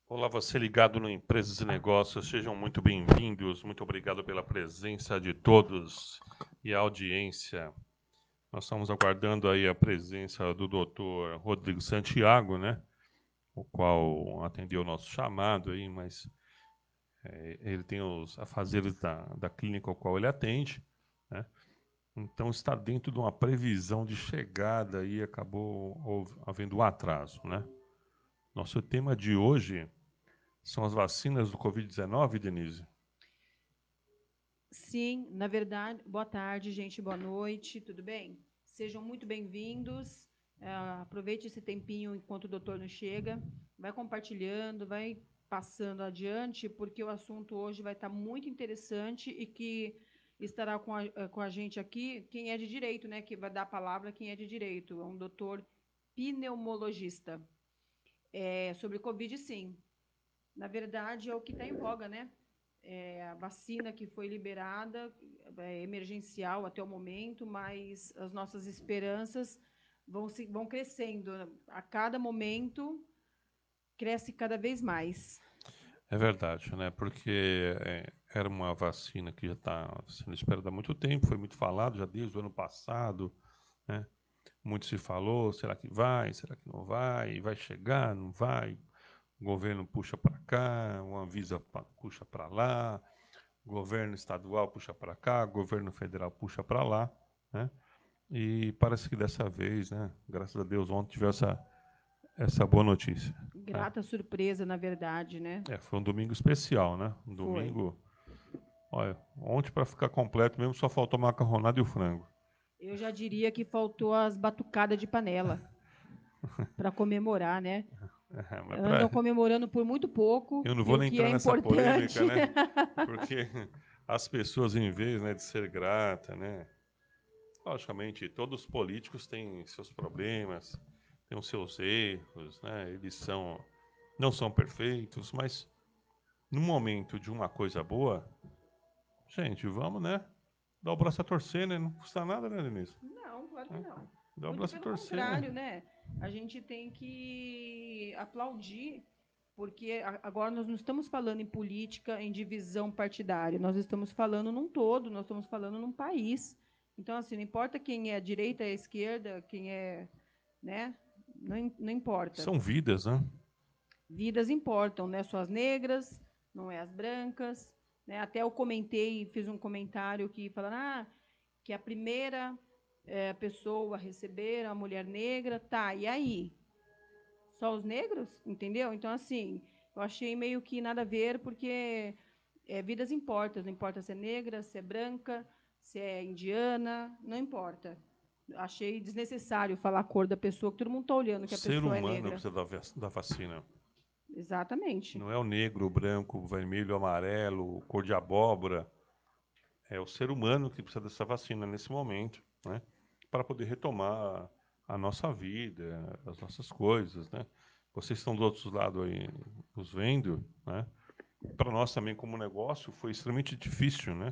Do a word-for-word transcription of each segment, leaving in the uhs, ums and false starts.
Olá, você ligado no Empresas e Negócios, sejam muito bem-vindos. Muito obrigado pela presença de todos e a audiência. Nós estamos aguardando aí a presença do doutor Rodrigo Santiago, né? O qual atendeu o nosso chamado aí, mas é, ele tem os afazeres da, da clínica ao qual ele atende, né? Então está dentro de uma previsão de chegada e acabou houve- havendo um atraso, né? Nosso tema de hoje são as vacinas do covid dezenove, Denise. Sim, na verdade, boa tarde, gente, boa noite, tudo bem? Sejam muito bem-vindos. É, aproveite esse tempinho enquanto o doutor não chega. Vai compartilhando, vai passando adiante, porque o assunto hoje vai estar muito interessante e que estará com a, eh, com a gente aqui quem é de direito, né? Que vai dar a palavra quem é de direito. É um doutor pneumologista. É, sobre Covid, sim. Na verdade, é o que está em voga, né? É a vacina que foi liberada, é emergencial até o momento, mas as nossas esperanças vão, se, vão crescendo. A cada momento, cresce cada vez mais. É verdade, né? Porque é, era uma vacina que já está sendo esperada há muito tempo, foi muito falado já desde o ano passado, né? Muito se falou, será que vai, será que não vai, vai chegar, não vai? O governo puxa para cá, o Anvisa pa- puxa para lá, o governo estadual puxa para cá, o governo federal puxa para lá, né? E parece que dessa vez, né? Graças a Deus, ontem tivemos essa, essa boa notícia, né? Grata surpresa, na verdade, né? É, foi um domingo especial, né? Um Foi. domingo. Olha, ontem para ficar completo mesmo só faltou macarronada e o frango. Eu já diria que faltou as batucadas de panela para comemorar, né? É, mas Andam pra... comemorando por muito pouco Eu não e vou o nem que entrar é nessa polêmica, importante. né? Porque as pessoas, em vez, né, de ser grata, né? Logicamente, todos os políticos têm seus problemas, têm os seus erros, né? Eles são, não são perfeitos, mas no momento de uma coisa boa, gente, vamos, né? Dar o braço a torcer, né? Não custa nada, né, Denise? Não, claro que É, não. dar o Muito braço a pelo torcer. contrário, né? A gente tem que aplaudir, porque a- agora nós não estamos falando em política, em divisão partidária, nós estamos falando num todo, nós estamos falando num país. Então, assim, não importa quem é a direita, a esquerda, quem é, né? Não, im- não importa. São vidas, né? Vidas importam, né? Só as negras, não é as brancas, né? Até eu comentei, fiz um comentário que falando, ah, que a primeira é, pessoa a receber a mulher negra, tá, e aí? Só os negros? Entendeu? Então, assim, eu achei meio que nada a ver, porque é, vidas importam, não importa se é negra, se é branca, se é indiana, não importa. Achei desnecessário falar a cor da pessoa, que todo mundo está O olhando que a ser pessoa é humano negra. precisa da, vac- da vacina. Exatamente. Não é o negro, o branco, o vermelho, o amarelo, cor de abóbora. É o ser humano que precisa dessa vacina nesse momento, né? Para poder retomar a nossa vida, as nossas coisas, né? Vocês estão do outro lado aí nos vendo, né? Para nós também como negócio foi extremamente difícil, né?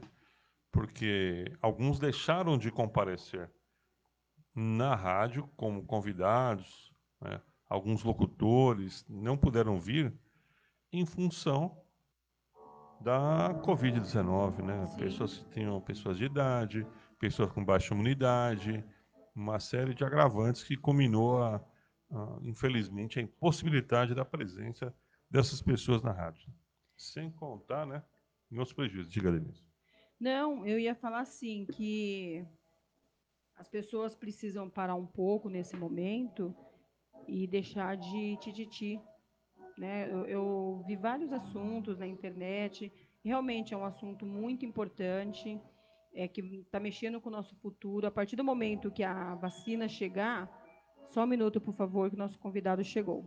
Porque alguns deixaram de comparecer na rádio como convidados, né? Alguns locutores não puderam vir em função da covid dezenove, né? Sim. Pessoas que tinham pessoas de idade, pessoas com baixa imunidade, uma série de agravantes que culminou a, a, infelizmente, a impossibilidade da presença dessas pessoas na rádio. Sem contar, né, em outros prejuízos. Diga, Denise. Não, eu ia falar assim, que as pessoas precisam parar um pouco nesse momento e deixar de tititi, né? Eu, eu vi vários assuntos na internet, realmente é um assunto muito importante, é que está mexendo com o nosso futuro. A partir do momento que a vacina chegar, só um minuto, por favor, que o nosso convidado chegou.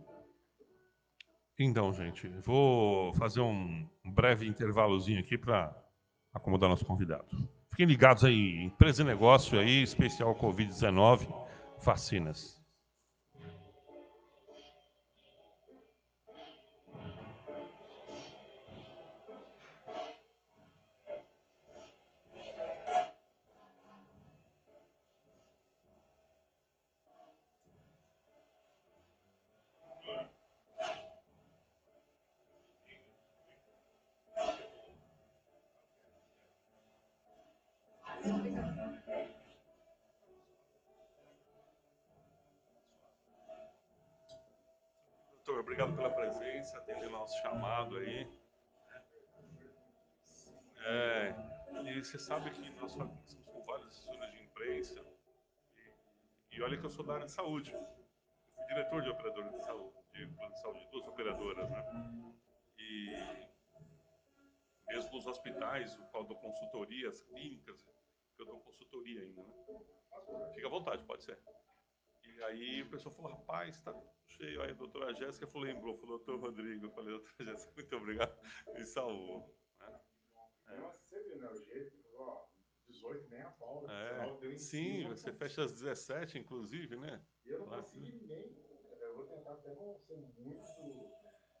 Então, gente, vou fazer um breve intervalozinho aqui para acomodar nosso convidado. Fiquem ligados aí, empresa e negócio aí, especial covid dezenove, vacinas. Doutor, obrigado pela presença, atendendo ao nosso chamado aí. É, e você sabe que nós estamos com várias assessoras de imprensa, e, e olha que eu sou da área de saúde. Eu fui diretor de operadora de saúde, de plano de saúde, de duas operadoras, né? E mesmo nos hospitais, o qual eu dou consultorias clínicas, que eu dou consultoria ainda, né? Fica à vontade, pode ser. E aí o pessoal falou, rapaz, tá cheio. Aí a doutora Jéssica falou, lembrou, falou, doutor Rodrigo. Eu falei, doutora Jéssica, muito obrigado, me salvou. Né? É. Nossa, você viu, né? O jeito, ó, dezoito, nem a pau. É. Sim, você fecha às dezessete, inclusive, né? E eu não Lá, consegui né? nem. Eu vou tentar até não ser muito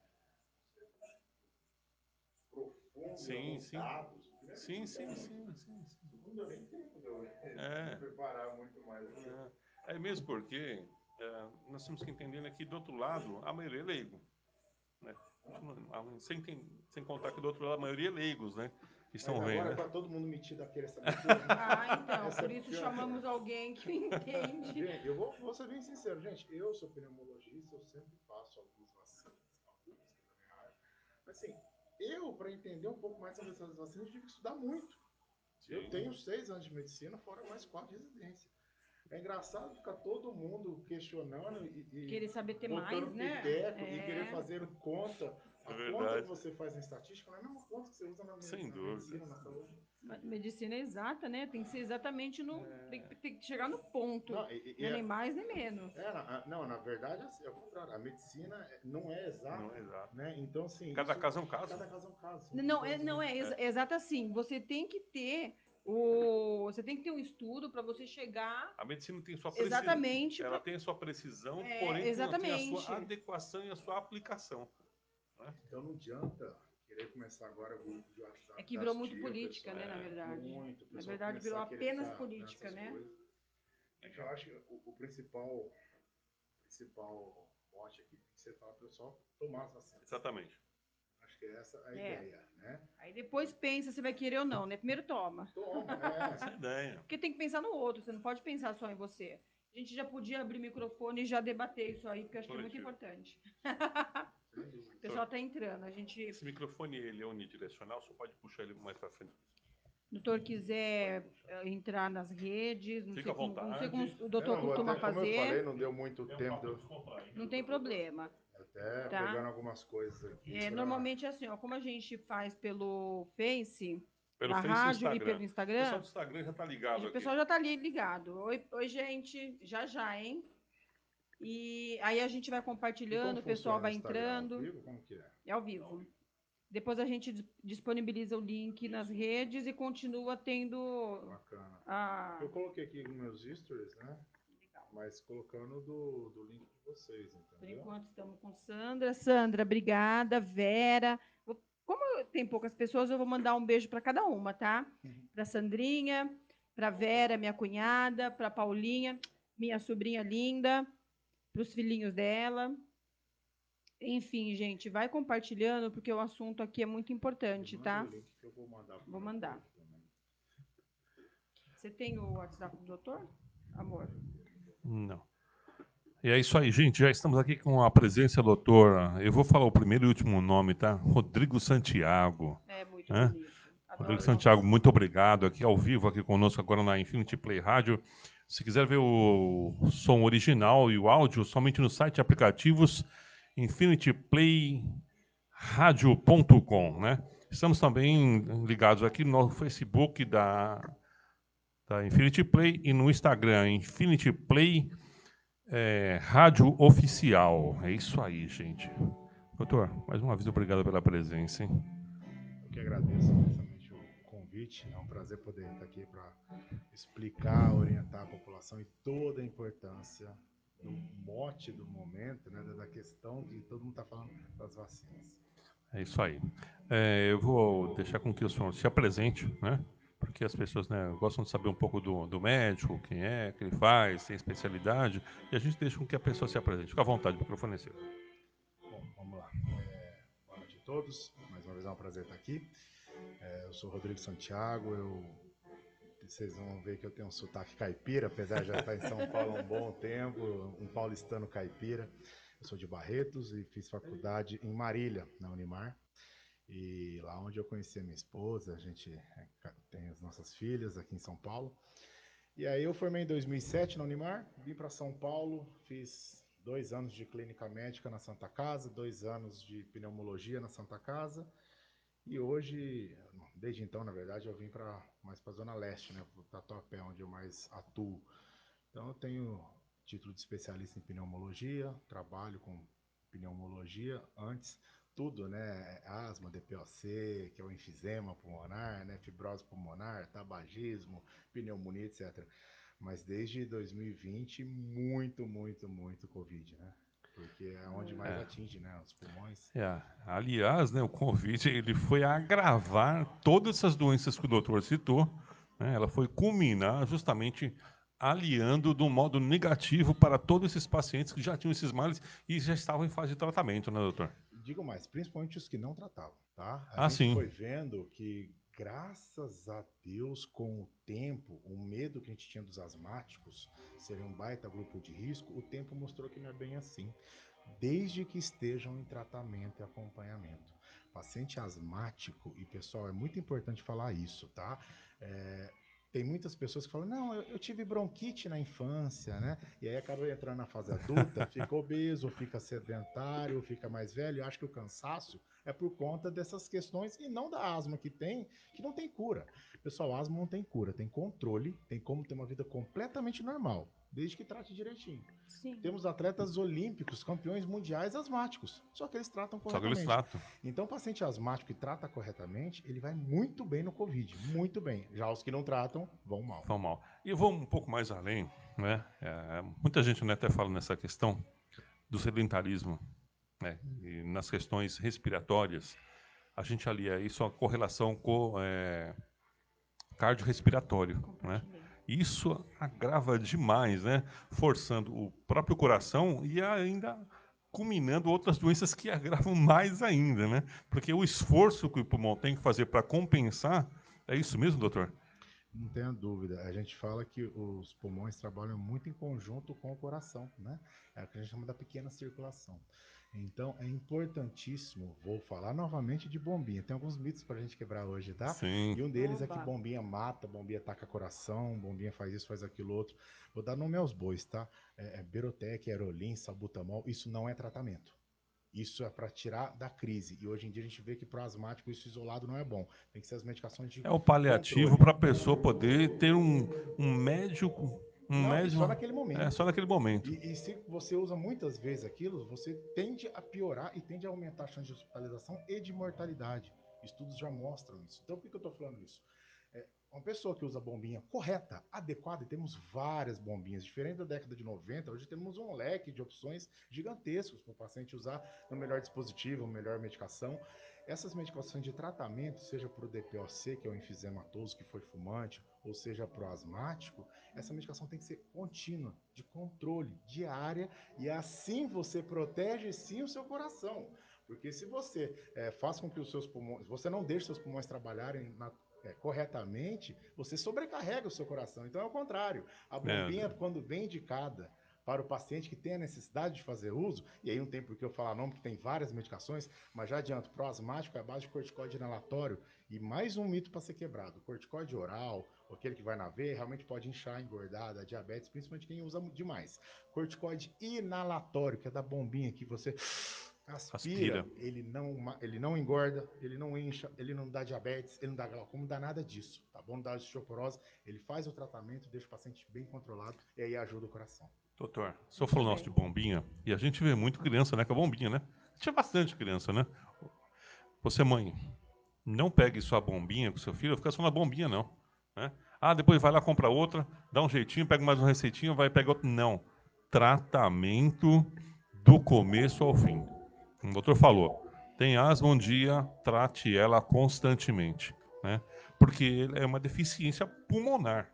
profundo Sim, em alguns sim. dados. Primeiro, Sim, não sim, tem sim, muito. sim, sim. Segundo, não deu nem tempo de eu É. me preparar muito mais. É, é mesmo porque é, nós temos que entender né, que do outro lado a maioria é leigo. Né? Sem, sem contar que do outro lado a maioria é leigos, né? Que estão Mas vendo, agora né? tá todo mundo metido a querer saber tudo. Ah, então, Essa por é isso pior, chamamos cara. alguém que entende. Gente, eu vou, vou ser bem sincero, gente. Eu sou pneumologista, eu sempre faço algumas vacinas, algumas que é da minha área. Mas assim, eu, para entender um pouco mais sobre essas vacinas, eu tive que estudar muito. Sim. Eu tenho seis anos de medicina, fora mais quatro de residência. É engraçado ficar todo mundo questionando e, e Querer saber ter botando mais, né? piteco É. e querer fazer conta. A É conta verdade. que você faz na estatística não é a mesma conta que você usa na, Sem na dúvida. medicina, na saúde. Mas medicina é exata, né? Tem que ser exatamente no. É. Tem, que- tem que chegar no ponto. Não, e, e Não é é- nem mais nem menos. É, na, não, na verdade é o contrário. A medicina não é exata. Não é exato. Né? Então, assim. Cada isso, caso é um caso. Cada caso é um caso. Não, é, não é, exa- é exato assim. Você tem que ter o. Você tem que ter um estudo para você chegar A medicina tem sua precisão. exatamente. Ela Pra, tem a sua precisão, é, porém ela tem a sua exatamente. adequação e a sua aplicação. Né? Então não adianta querer começar agora o grupo de WhatsApp. É que virou das muito tia, política, pessoal, né, na é, verdade. Muito. O Na pessoal verdade, virou começar a querer apenas ficar política, nessas né? coisas. Gente, eu acho que o, o principal, principal mote aqui tem que ser para o pessoal tomar as vacinas. Exatamente. Acho que é essa a É. ideia, né? Aí depois pensa se vai querer ou não, né? Primeiro toma. Toma, Essa é a é. ideia. Porque tem que pensar no outro, você não pode pensar só em você. A gente já podia abrir o microfone e já debater isso aí, porque eu acho que é muito Coletivo. importante. Sem dúvida. O pessoal está entrando. A gente, Esse microfone ele é unidirecional, só pode puxar ele mais para frente. o doutor quiser eh, entrar nas redes, não Fica sei à como, não sei como vontade. o doutor Eu não vou costuma até, como eu fazer, falei, não deu muito tempo. de eu- não tem problema, Até tá? pegando algumas coisas aqui. É, pra- normalmente é assim, ó, como a gente faz pelo Face, Pelo da Face e rádio e Instagram. pelo O pessoal Instagram, do Instagram já tá ligado o aqui. pessoal já tá ali ligado. Oi, oi, gente, já já, hein? E aí a gente vai E como compartilhando, o pessoal funciona o vai Instagram? Ao entrando. vivo? Como que é? É ao vivo. Depois a gente dis- disponibiliza o link nas redes e continua tendo Bacana. a. Eu coloquei aqui nos meus stories, né? Mas colocando do, do link de vocês, Por entendeu? enquanto estamos com Sandra. Sandra, obrigada. Vera. Vou- Como tem poucas pessoas, eu vou mandar um beijo para cada uma, tá? Para Sandrinha, para Vera, minha cunhada, para Paulinha, minha sobrinha linda, para os filhinhos dela. Enfim, gente, vai compartilhando, porque o assunto aqui é muito importante, Me manda tá? o link que eu vou mandar pro Vou meu mandar. povo também. Você tem o WhatsApp do doutor? Amor. Não. E é isso aí, gente. Já estamos aqui com a presença do doutor. Eu vou falar o primeiro e último nome, tá? Rodrigo Santiago. É muito Né? bonito. Adoro Rodrigo o Santiago, nome. muito obrigado. Aqui ao vivo, aqui conosco agora na Infinity Play Rádio. Se quiser ver o som original e o áudio, somente no site aplicativos infinity play radio ponto com, né? Estamos também ligados aqui no Facebook da, da Infinity Play e no Instagram, Infinity Play é, Rádio Oficial. É isso aí, gente. Doutor, mais uma vez obrigado pela presença, hein? Eu que agradeço imensamente o convite. É um prazer poder estar aqui para explicar, orientar a população e toda a importância do mote do momento, né, da questão de todo mundo está falando das vacinas. É isso aí. É, eu vou deixar com que o senhor se apresente, né? Porque as pessoas, né, gostam de saber um pouco do, do médico, quem é, o que ele faz, tem especialidade, e a gente deixa com que a pessoa se apresente. Fica à vontade, o microfone é seu. Bom, vamos lá. É, boa noite a todos. Mais uma vez é um prazer estar aqui. É, eu sou Rodrigo Santiago. Eu, vocês vão ver que eu tenho um sotaque caipira, apesar de já estar em São Paulo há um bom tempo, um paulistano caipira. Eu sou de Barretos e fiz faculdade em Marília, na Unimar. E lá onde eu conheci a minha esposa, a gente tem as nossas filhas aqui em São Paulo. E aí eu formei em dois mil e sete na Unimar, vim para São Paulo, fiz dois anos de clínica médica na Santa Casa, dois anos de pneumologia na Santa Casa. E hoje, desde então, na verdade, eu vim para mais para a Zona Leste, né, para o Tatuapé, onde eu mais atuo. Então eu tenho título de especialista em pneumologia, trabalho com pneumologia antes, tudo, né? Asma, D P O C, que é o enfisema pulmonar, né? Fibrose pulmonar, tabagismo, pneumonia, etcétera. Mas desde dois mil e vinte, muito, muito, muito Covid, né? Porque é onde mais É. atinge, né? Os pulmões. É, aliás, né, o Covid ele foi agravar todas essas doenças que o doutor citou, né, ela foi culminar justamente aliando do modo negativo para todos esses pacientes que já tinham esses males e já estavam em fase de tratamento, né, doutor? Digo mais, principalmente os que não tratavam, tá? A Ah, gente sim. foi vendo que, graças a Deus, com o tempo, o medo que a gente tinha dos asmáticos serem um baita grupo de risco, o tempo mostrou que não é bem assim. Desde que estejam em tratamento e acompanhamento. Paciente asmático, e pessoal, é muito importante falar isso, tá? É, tem muitas pessoas que falam, não, eu, eu tive bronquite na infância, né? E aí acaba entrando na fase adulta, fica obeso, fica sedentário, fica mais velho. Eu acho que o cansaço é por conta dessas questões e não da asma que tem, que não tem cura. Pessoal, asma não tem cura, tem controle, tem como ter uma vida completamente normal, desde que trate direitinho. Sim. Temos atletas olímpicos, campeões mundiais asmáticos, só que eles tratam Só que eles corretamente. tratam. Então, o paciente asmático que trata corretamente, ele vai muito bem no Covid, muito bem. Já os que não tratam, vão mal. Vão mal. E eu vou um pouco mais além, né? É, muita gente, né, até fala nessa questão do sedentarismo, né? E nas questões respiratórias, a gente alia isso a correlação com é, cardiorrespiratório, né? Isso agrava demais, né? Forçando o próprio coração e ainda culminando outras doenças que agravam mais ainda, né? Porque o esforço que o pulmão tem que fazer para compensar, é isso mesmo, doutor? Não tenha dúvida. A gente fala que os pulmões trabalham muito em conjunto com o coração, né? É o que a gente chama da pequena circulação. Então, é importantíssimo, vou falar novamente de bombinha. Tem alguns mitos para a gente quebrar hoje, tá? Sim. E um deles é que Oba. bombinha mata, bombinha ataca coração, bombinha faz isso, faz aquilo outro. Vou dar nome aos bois, tá? É, é Berotec, Aerolim, Salbutamol, isso não é tratamento. Isso é para tirar da crise. E hoje em dia a gente vê que para o asmático isso isolado não é bom. Tem que ser as medicações de É o paliativo controle. para a pessoa poder ter um, um médio, um Não, e só médio, naquele é momento. só naquele momento. E, e se você usa muitas vezes aquilo, você tende a piorar e tende a aumentar a chance de hospitalização e de mortalidade. Estudos já mostram isso. Então, por que, que eu estou falando isso? É, uma pessoa que usa bombinha correta, adequada, e temos várias bombinhas, diferente da década de noventa, hoje temos um leque de opções gigantescos para o paciente usar no melhor dispositivo, melhor medicação. Essas medicações de tratamento, seja para o D P O C, que é o enfisematoso, que foi fumante, ou seja para o asmático, essa medicação tem que ser contínua, de controle, diária, e assim você protege sim o seu coração. Porque se você é, faz com que os seus pulmões, você não deixa seus pulmões trabalharem na, é, corretamente, você sobrecarrega o seu coração. Então é o contrário. A É, bombinha, quando bem indicada para o paciente que tem a necessidade de fazer uso, e aí não tem por que eu falar não, porque tem várias medicações, mas já adianto, pro asmático é a base de corticoide inalatório, e mais um mito para ser quebrado, corticoide oral, aquele que vai na veia, realmente pode inchar, engordar, dar diabetes, principalmente quem usa demais. Corticoide inalatório, que é da bombinha que você aspira, aspira. ele não, ele não engorda, ele não incha, ele não dá diabetes, ele não dá glaucoma, não dá nada disso, tá bom? Não dá osteoporose, ele faz o tratamento, deixa o paciente bem controlado e aí ajuda o coração. Doutor, o senhor Muito falou nosso de bem. bombinha, e a gente vê muito criança, né, com a bombinha, né? Tinha bastante criança, né? Você, mãe, não pegue sua bombinha com seu filho, fica só na bombinha, não. Né? Ah, depois vai lá, compra outra, dá um jeitinho, pega mais uma receitinha, vai pegar outra. Não. Tratamento do começo ao fim. O doutor falou, tem asma um dia, trate ela constantemente. Né? Porque é uma deficiência pulmonar.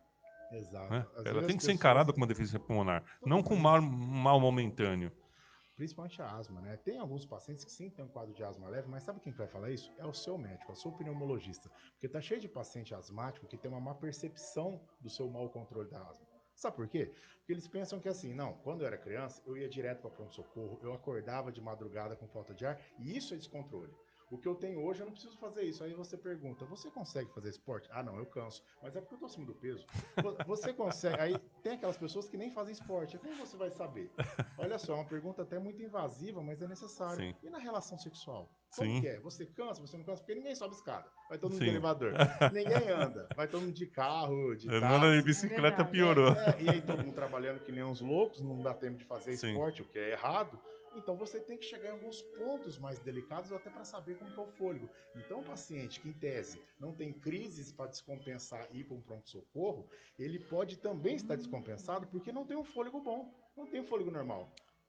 Né? Exato. Às Ela vezes as tem que ser pessoas. encarada como uma deficiência pulmonar, Não, não com mas mal, mal momentâneo. principalmente a asma, né? Tem alguns pacientes que sim têm um quadro de asma leve, mas sabe quem vai falar isso? É o seu médico, é o seu pneumologista. Porque tá cheio de paciente asmático que tem uma má percepção do seu mau controle da asma. Sabe por quê? Porque eles pensam que assim, não, quando eu era criança, eu ia direto para pronto-socorro, eu acordava de madrugada com falta de ar, e isso é descontrole. O que eu tenho hoje, eu não preciso fazer isso. Aí você pergunta, você consegue fazer esporte? Ah, não, eu canso. Mas é porque eu tô acima do peso. Você consegue. Aí tem aquelas pessoas que nem fazem esporte. Como você vai saber? Olha só, é uma pergunta até muito invasiva, mas é necessário. Sim, E na relação sexual? Como sim, que é? Você cansa, você não cansa? Porque ninguém sobe escada. Vai todo mundo de sim. elevador. Ninguém anda. Vai todo mundo de carro, de Andando de táxi. É bicicleta verdade. É, piorou. é, e aí todo mundo trabalhando que nem uns loucos, não dá tempo de fazer Sim. esporte, o que é errado. Então você tem que chegar em alguns pontos mais delicados até para saber como é o fôlego. Então o paciente que em tese não tem crises para descompensar e ir para um pronto-socorro, ele pode também estar descompensado porque não tem um fôlego bom, não tem um fôlego normal.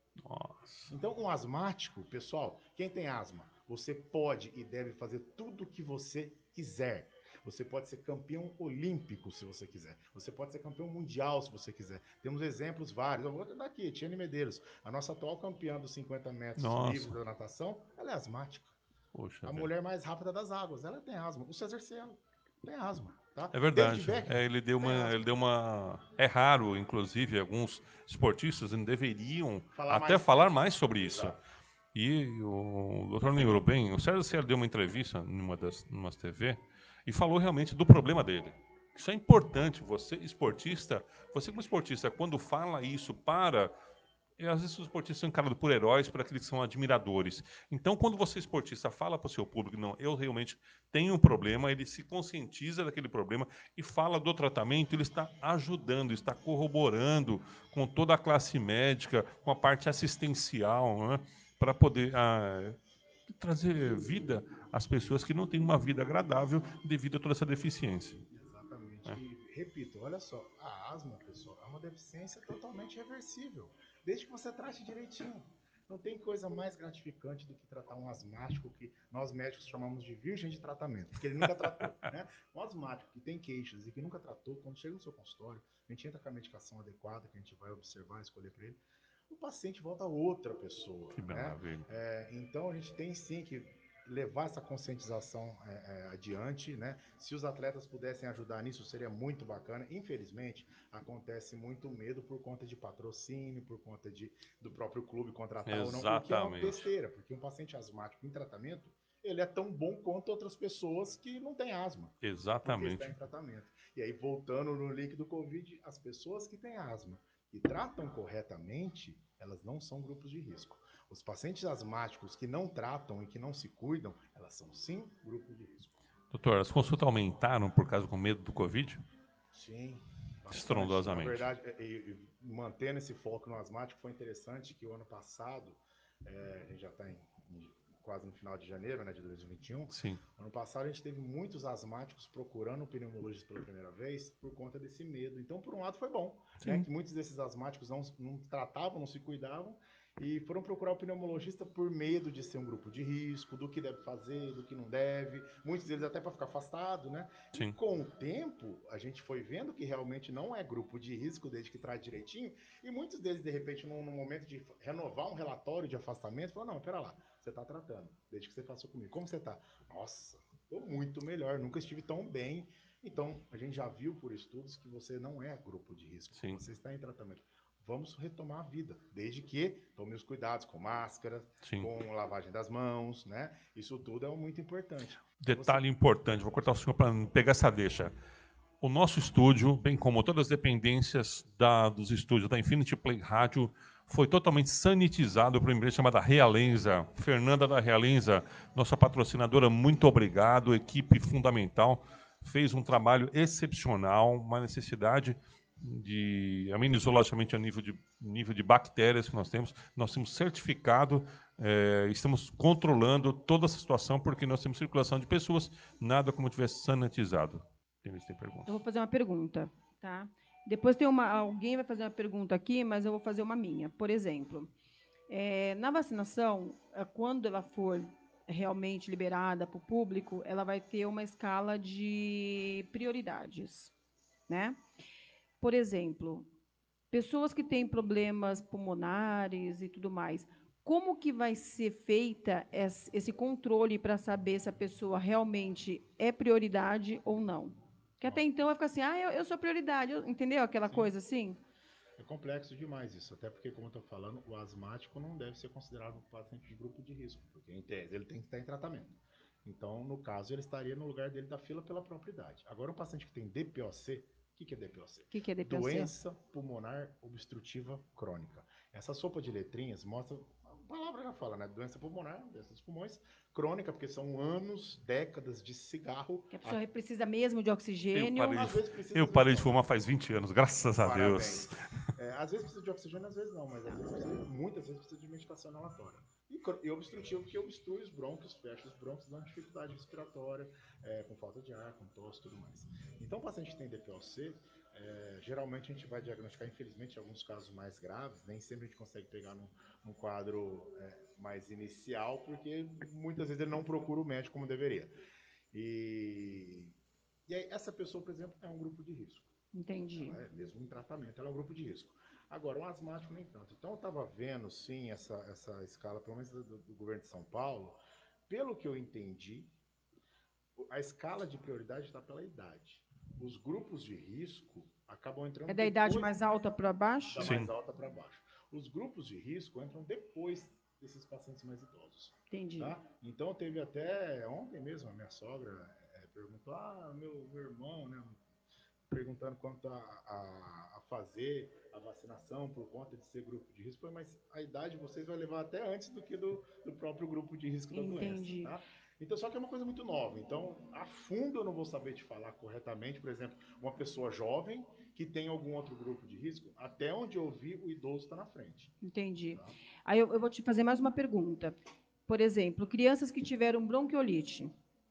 Nossa. Então um asmático, pessoal, quem tem asma, você pode e deve fazer tudo o que você quiser. Você pode ser campeão olímpico se você quiser. Você pode ser campeão mundial se você quiser. Temos exemplos vários. Eu vou dar aqui, Tiane Medeiros, a nossa atual campeã dos cinquenta metros livres Nossa. da natação, ela é asmática. Poxa A vida. mulher mais rápida das águas, ela tem asma. O César Cielo tem asma, tá? É David verdade. Beckham É, ele deu tem uma, ele asma. deu uma. É raro, inclusive, alguns esportistas não deveriam Falar até mais. falar mais sobre isso. Exato. E o doutor lembrou bem, o Sérgio Cielo deu uma entrevista numa das numas T V e falou realmente do problema dele. Isso é importante. Você, esportista, você como esportista, quando fala isso para. E às vezes os esportistas são encarados por heróis, por aqueles que são admiradores. Então, quando você, esportista, fala para o seu público, não, eu realmente tenho um problema, ele se conscientiza daquele problema e fala do tratamento, ele está ajudando, está corroborando com toda a classe médica, com a parte assistencial, né, para poder ah, trazer vida às pessoas que não têm uma vida agradável devido a toda essa deficiência. Exatamente. Né? E repito, olha só, a asma, pessoal, é uma deficiência totalmente reversível, desde que você trate direitinho. Não tem coisa mais gratificante do que tratar um asmático que nós médicos chamamos de virgem de tratamento, porque ele nunca tratou, né? Um asmático que tem queixas e que nunca tratou, quando chega no seu consultório, a gente entra com a medicação adequada, que a gente vai observar, escolher para ele, o paciente volta outra pessoa, Que né? maravilha. É, então a gente tem sim que levar essa conscientização é, é, adiante, né? Se os atletas pudessem ajudar nisso, seria muito bacana. Infelizmente, acontece muito medo por conta de patrocínio, por conta de, do próprio clube contratar ou não, o que é uma Exatamente. besteira, porque um paciente asmático em tratamento, ele é tão bom quanto outras pessoas que não têm asma, porque está em Exatamente. tratamento. E aí, voltando no link do Covid, as pessoas que têm asma e tratam corretamente, elas não são grupos de risco. Os pacientes asmáticos que não tratam e que não se cuidam, elas são sim grupos de risco. Doutor, as consultas aumentaram por causa do medo do Covid? Sim, bastante. Na Estrondosamente. verdade, e, e, mantendo esse foco no asmático, foi interessante que o ano passado, é, a gente já está quase no final de janeiro, né, de dois mil e vinte e um, Sim. ano passado a gente teve muitos asmáticos procurando um pneumologista pela primeira vez por conta desse medo. Então, por um lado, foi bom, né, Sim. que muitos desses asmáticos não, não tratavam, não se cuidavam, e foram procurar o pneumologista por medo de ser um grupo de risco, do que deve fazer, do que não deve, muitos deles até para ficar afastado, né? E Sim. com o tempo, a gente foi vendo que realmente não é grupo de risco, desde que traz direitinho, e muitos deles, de repente, no, no momento de renovar um relatório de afastamento, falaram, não, pera lá, você está tratando, desde que você passou comigo. Como você está? Nossa, estou muito melhor, nunca estive tão bem. Então, a gente já viu por estudos que você não é grupo de risco, Sim. você está em tratamento. Vamos retomar a vida, desde que tome os cuidados com máscara, Sim. com lavagem das mãos, né? Isso tudo é muito importante. Então você... Detalhe importante, vou cortar o senhor para pegar essa deixa. O nosso estúdio, bem como todas as dependências da, dos estúdios da Infinity Play Rádio, foi totalmente sanitizado por uma empresa chamada Realenza. Fernanda da Realenza, nossa patrocinadora, muito obrigado. Equipe fundamental, fez um trabalho excepcional, uma necessidade de amenizou logicamente a nível de nível de bactérias que nós temos. Nós temos certificado, eh, estamos controlando toda essa situação porque nós temos circulação de pessoas, nada como tivesse sanitizado. Tem tem perguntas. Eu vou fazer uma pergunta, tá? Depois tem uma, alguém vai fazer uma pergunta aqui, mas eu vou fazer uma minha. Por exemplo, é, na vacinação, é, quando ela for realmente liberada para o público, ela vai ter uma escala de prioridades, né? Por exemplo, pessoas que têm problemas pulmonares e tudo mais, como que vai ser feita esse controle para saber se a pessoa realmente é prioridade ou não? Que até então vai ficar assim, ah, eu, eu sou prioridade, eu- entendeu? Aquela Sim. coisa assim. É complexo demais isso, até porque, como eu estou falando, o asmático não deve ser considerado um paciente de grupo de risco, porque em tese ele tem que estar em tratamento. Então, no caso, ele estaria no lugar dele da fila pela própria idade. Agora, um paciente que tem D P O C, o que, que é D P O C? O que, que é D P O C? Doença pulmonar obstrutiva crônica. Essa sopa de letrinhas mostra, a palavra já fala, né? Doença pulmonar, doença dos pulmões, crônica, porque são anos, décadas de cigarro. Que a pessoa precisa mesmo de Eu oxigênio. parei, Às de, vezes precisa, eu às vezes parei de não. fumar faz vinte anos, graças a Deus. Parabéns. É, às vezes precisa de oxigênio, às vezes não, mas às vezes precisa, muitas vezes precisa de medicação inalatória. E, e obstrutivo, que obstrui os brônquios, fecha os brônquios, dá dificuldade respiratória, é, com falta de ar, com tosse e tudo mais. Então, o paciente que tem D P O C, é, geralmente a gente vai diagnosticar, infelizmente, em alguns casos mais graves, nem sempre a gente consegue pegar num, num quadro é, mais inicial, porque muitas vezes ele não procura o médico como deveria. E, e aí, essa pessoa, por exemplo, é um grupo de risco. Entendi. Ela é, mesmo em tratamento, ela é um grupo de risco. Agora, um asmático nem tanto. Então, eu estava vendo, sim, essa, essa escala, pelo menos do, do governo de São Paulo. Pelo que eu entendi, a escala de prioridade está pela idade. Os grupos de risco acabam entrando É da idade depois mais alta para baixo? da Sim. mais alta para baixo. Os grupos de risco entram depois desses pacientes mais idosos. Entendi. Tá? Então, teve até ontem mesmo, a minha sogra é, perguntou, ah, meu, meu irmão, né, perguntando quanto a, a, a fazer a vacinação por conta de ser grupo de risco, mas a idade de vocês vai levar até antes do que do, do próprio grupo de risco da Entendi. doença. Tá? Então, só que é uma coisa muito nova. Então, a fundo eu não vou saber te falar corretamente, por exemplo, uma pessoa jovem que tem algum outro grupo de risco, até onde eu vi, o idoso está na frente. Entendi. Tá? Aí eu, eu vou te fazer mais uma pergunta. Por exemplo, crianças que tiveram bronquiolite.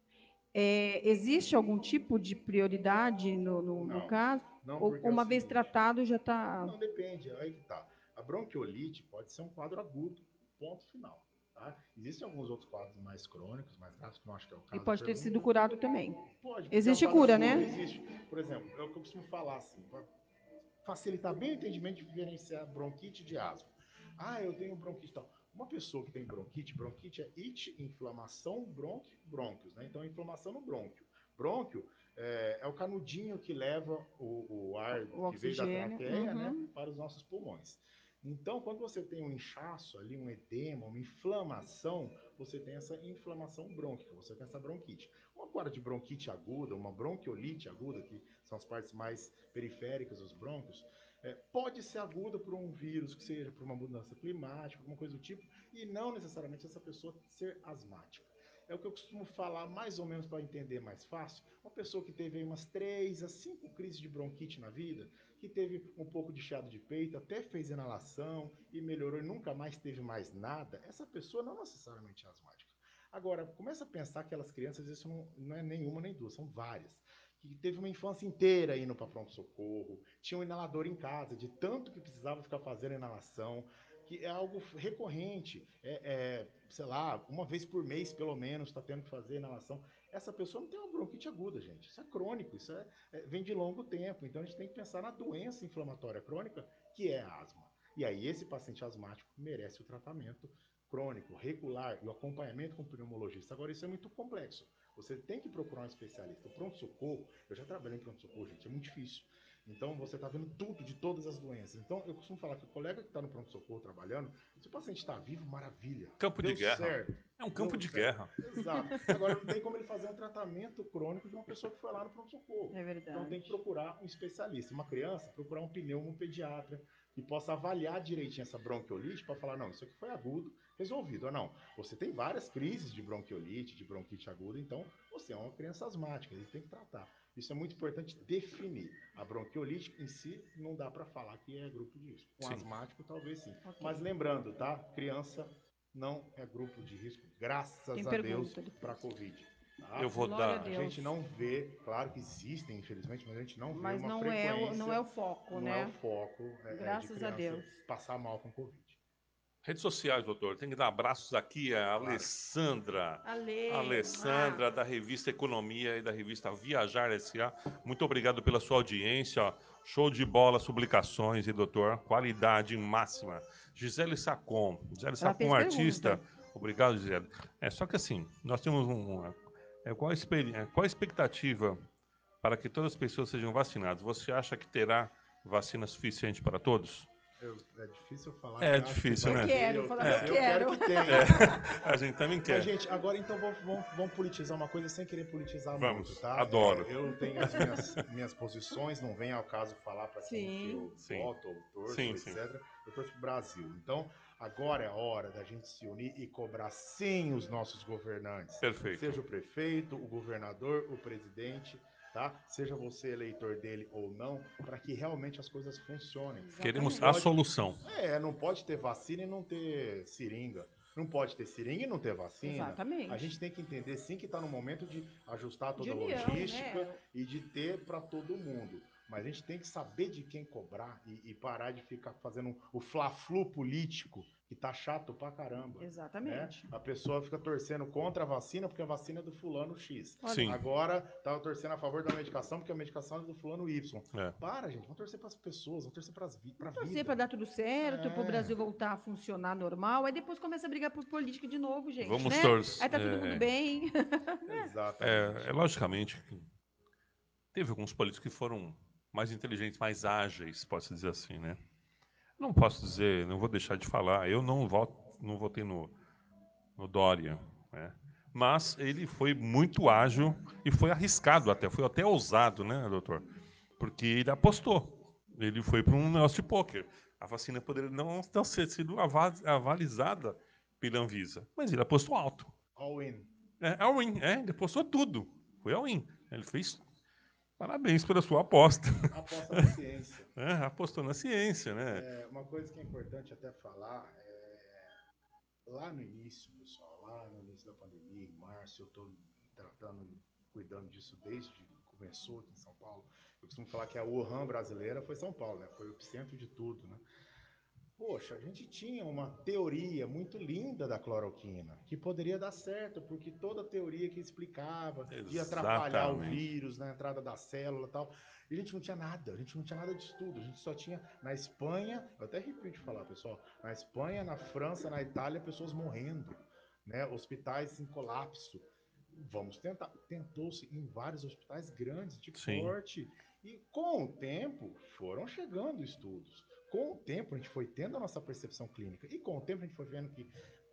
É, existe algum tipo de prioridade no, no, no Não, caso? não, Ou porque é o uma vez seguinte, tratado já está. não depende, aí que tá. A bronquiolite pode ser um quadro agudo, ponto final. Tá? Existem alguns outros quadros mais crônicos, mais graves, que não acho que é o E caso da pode ter sido pergunta. curado também. Pode, porque Existe é um quadro cura, agudo, né? existe. Por exemplo, é o que eu costumo falar assim, para facilitar bem o entendimento de diferenciar bronquite de asma. Ah, eu tenho bronquite e tal. Uma pessoa que tem bronquite, bronquite é it, inflamação, brônquio, brônquios, né? Então, é inflamação no brônquio. Brônquio é, é o canudinho que leva o, o ar O que veio da oxigênio. traqueia, Uhum. né, para os nossos pulmões. Então, quando você tem um inchaço ali, um edema, uma inflamação, você tem essa inflamação brônquica, você tem essa bronquite. Uma quadra de bronquite aguda, uma bronquiolite aguda, que são as partes mais periféricas dos brônquios, é, pode ser aguda por um vírus, que seja por uma mudança climática, alguma coisa do tipo, e não necessariamente essa pessoa ser asmática. É o que eu costumo falar, mais ou menos para entender mais fácil. Uma pessoa que teve aí umas três a cinco crises de bronquite na vida, que teve um pouco de chiado de peito, até fez inalação e melhorou e nunca mais teve mais nada, essa pessoa não necessariamente é asmática. Agora, começa a pensar aquelas crianças, isso não, não é nenhuma nem duas, são várias, que teve uma infância inteira indo para pronto-socorro, tinha um inalador em casa, de tanto que precisava ficar fazendo inalação, que é algo recorrente, é, é, sei lá, uma vez por mês, pelo menos, está tendo que fazer inalação. Essa pessoa não tem uma bronquite aguda, gente. Isso é crônico, isso é, é, vem de longo tempo. Então, a gente tem que pensar na doença inflamatória crônica, que é a asma. E aí, esse paciente asmático merece o tratamento crônico, regular, e o acompanhamento com o pneumologista. Agora, isso é muito complexo. Você tem que procurar um especialista. O pronto-socorro, eu já trabalhei em pronto-socorro, gente, é muito difícil. Então, você está vendo tudo de todas as doenças. Então, eu costumo falar que o colega que está no pronto-socorro trabalhando, se o paciente está vivo, maravilha. Campo de Deu guerra. certo. É um campo Deu de certo. guerra. Exato. Agora, não tem como ele fazer um tratamento crônico de uma pessoa que foi lá no pronto-socorro. É verdade. Então, tem que procurar um especialista. Uma criança, procurar um pneumopediatra que possa avaliar direitinho essa bronquiolite para falar, não, isso aqui foi agudo, resolvido. Ou não, você tem várias crises de bronquiolite, de bronquite aguda, então você é uma criança asmática, ele tem que tratar. Isso é muito importante definir. A bronquiolite em si não dá para falar que é grupo de risco. Com Sim. asmático, talvez sim. Ok. Mas lembrando, tá? Criança não é grupo de risco, graças Tem a Deus, pergunta depois. para Covid. Tá? Eu vou Glória a dar. A Deus. gente não vê, claro que existem, infelizmente, mas a gente não vê Mas uma não é, frequência. o, não é o foco, não né? é o foco é, é, de Graças a criança Deus. passar mal com Covid. Redes sociais, doutor. Tem que dar abraços aqui a Claro. Alessandra. Ale. Alessandra, da revista Economia e da revista Viajar S A. Muito obrigado pela sua audiência. Show de bola, as publicações, e doutor. Qualidade máxima. Gisele Sacon. Gisele Ela Sacon, fez artista. pergunta. Obrigado, Gisele. É só que assim, nós temos um. É, qual, a experi- é, qual a expectativa para que todas as pessoas sejam vacinadas. Você acha que terá vacina suficiente para todos? Eu- é difícil falar É que acho difícil, que né? vai Eu ter, quero, eu falando torcer, eu eu quero quero. que tenha. É, a gente também quer. Mas, gente, agora então vamos, vamos, vamos politizar uma coisa sem querer politizar Vamos, muito, tá? adoro. É, eu tenho as minhas, minhas posições, não vem ao caso falar para quem que Sim. eu Sim. voto ou torço, Sim, sim. etcétera. Eu torço pro Brasil. Então, agora é a hora da gente se unir e cobrar sim os nossos governantes. Perfeito. Seja o prefeito, o governador, o presidente, tá? Seja você eleitor dele ou não, para que realmente as coisas funcionem. Queremos Exatamente. a solução. É, não pode ter vacina e não ter seringa. Não pode ter seringa e não ter vacina. Exatamente. A gente tem que entender sim que está no momento de ajustar toda De a união, logística né? e de ter para todo mundo. Mas a gente tem que saber de quem cobrar e, e parar de ficar fazendo o fla-flu político, que tá chato pra caramba. Né? Exatamente. A pessoa fica torcendo contra a vacina porque a vacina é do fulano X. Olha, Sim. Agora tá torcendo a favor da medicação porque a medicação é do fulano Y. É. Para, gente, vamos torcer para as pessoas, vamos torcer para vi pra Torcer vida. para dar tudo certo, para o É. Brasil voltar a funcionar normal, aí depois começa a brigar por política de novo, gente. Vamos né? torcer. Aí tá todo é, mundo bem. Exatamente. É, é logicamente que teve alguns políticos que foram mais inteligentes, mais ágeis, posso dizer assim, né? Não posso dizer, não vou deixar de falar. Eu não voto, não votei no, no Dória, né? Mas ele foi muito ágil e foi arriscado até, foi até ousado, né, doutor? Porque ele apostou. Ele foi para um negócio de pôquer. A vacina poderia não, não ter sido ava- avalizada pela Anvisa, mas ele apostou alto. All in. É all-in, é, ele apostou tudo. Foi all-in. Ele fez. Parabéns pela sua aposta. Aposta na ciência. É, apostou na ciência, né? É, uma coisa que é importante até falar é lá no início, pessoal, lá no início da pandemia, em março, eu estou tratando, cuidando disso desde que começou aqui em São Paulo. Eu costumo falar que a Wuhan brasileira foi São Paulo, né? Foi o epicentro de tudo, né? Poxa, a gente tinha uma teoria muito linda da cloroquina, que poderia dar certo, porque toda teoria que explicava de atrapalhar o Exatamente. vírus na entrada da célula e tal, e a gente não tinha nada, a gente não tinha nada de estudo, a gente só tinha na Espanha, eu até arrepio de falar, pessoal, na Espanha, na França, na Itália, pessoas morrendo, né? Hospitais em colapso. Vamos tentar. Tentou-se em vários hospitais grandes, de Sim. porte, e com o tempo foram chegando estudos. Com o tempo a gente foi tendo a nossa percepção clínica, e com o tempo a gente foi vendo que,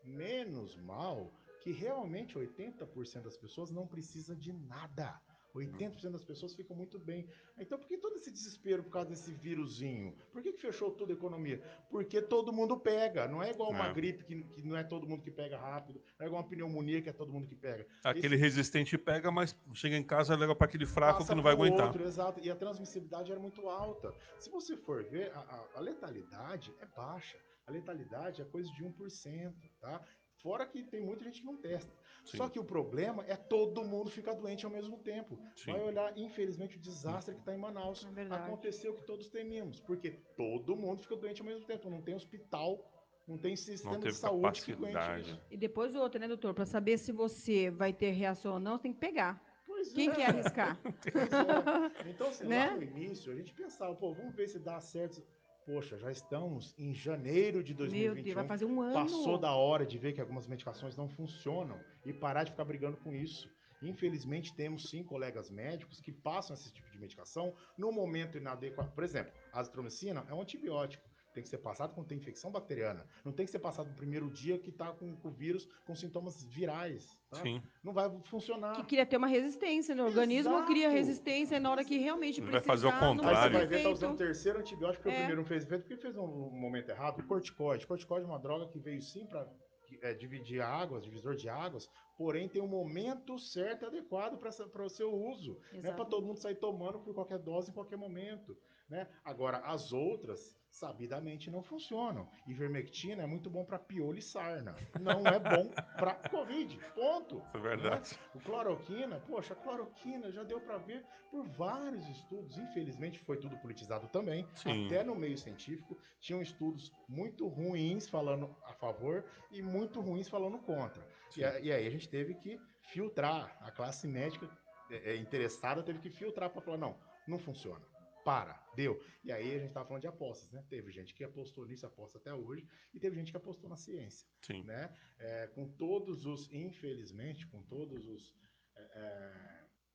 menos mal, que realmente oitenta por cento das pessoas não precisa de nada. oitenta por cento das pessoas ficam muito bem. Então por que todo esse desespero por causa desse vírusinho? Por que, que fechou toda a economia? Porque todo mundo pega. Não é igual uma É. gripe que, que não é todo mundo que pega rápido. Não é igual uma pneumonia que é todo mundo que pega. Aquele Esse resistente pega, mas chega em casa e leva para aquele fraco passa que não vai pro aguentar. outro, exato. E a transmissibilidade era muito alta. Se você for ver, a, a- a letalidade é baixa. A letalidade é coisa de um por cento, tá? Fora que tem muita gente que não testa. Sim. Só que o problema é todo mundo ficar doente ao mesmo tempo. Sim. Vai olhar, infelizmente, o desastre que está em Manaus. É verdade. Aconteceu o que todos temíamos, porque todo mundo fica doente ao mesmo tempo. Não tem hospital, não tem sistema de teve saúde que aguente capacidade. isso. E depois outra, né, doutor? Para saber se você vai ter reação ou não, você tem que pegar. Pois Quem é. quer arriscar? Pois é. Então, assim, Né? lá no início, a gente pensava, pô, vamos ver se dá certo. Poxa, já estamos em janeiro de Meu Deus, vai dois mil e vinte e um. fazer um ano. Passou da hora de ver que algumas medicações não funcionam e parar de ficar brigando com isso. Infelizmente, temos sim colegas médicos que passam esse tipo de medicação no momento inadequado. Por exemplo, a azitromicina é um antibiótico. Tem que ser passado quando tem infecção bacteriana. Não tem que ser passado no primeiro dia que está com, com o vírus com sintomas virais. Tá? Sim. Não vai funcionar. Que queria ter uma resistência, né? O organismo Exato. cria resistência e na hora que realmente Ele vai fazer o precisar, não Aí vai você contrário. vai fazer ver, tá usando o efeito. terceiro antibiótico, porque É. o primeiro não fez efeito, porque fez um, um momento errado. O corticoide. Corticoide é uma droga que veio sim para é, dividir águas, divisor de águas, porém tem um momento certo e adequado para o seu uso. Não é para Exatamente. todo mundo sair tomando por qualquer dose em qualquer momento. Né? Agora, as outras, sabidamente, não funcionam. Ivermectina é muito bom para piolho e sarna. Não é bom para Covid. Ponto. É verdade. Né? O cloroquina, poxa, a cloroquina já deu para ver por vários estudos. Infelizmente, foi tudo politizado também. Sim. Até no meio científico, tinham estudos muito ruins falando a favor e muito ruins falando contra. E, a- e aí a gente teve que filtrar. A classe médica é, é, interessada teve que filtrar para falar: não, não funciona. Para, deu. E aí a gente estava falando de apostas, né? Teve gente que apostou nisso, aposta até hoje, e teve gente que apostou na ciência. Sim. Né? É, com todos os, infelizmente, com todos os, é, é,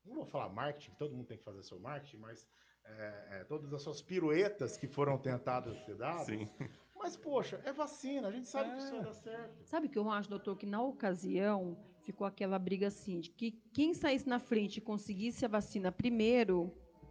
não vou falar marketing, todo mundo tem que fazer seu marketing, mas é, é, todas as suas piruetas que foram tentadas ser dadas. Sim. Mas, poxa, é vacina, a gente sabe que isso vai É. dar certo. Sabe o que eu acho, doutor? Que na ocasião ficou aquela briga assim, de que quem saísse na frente e conseguisse a vacina primeiro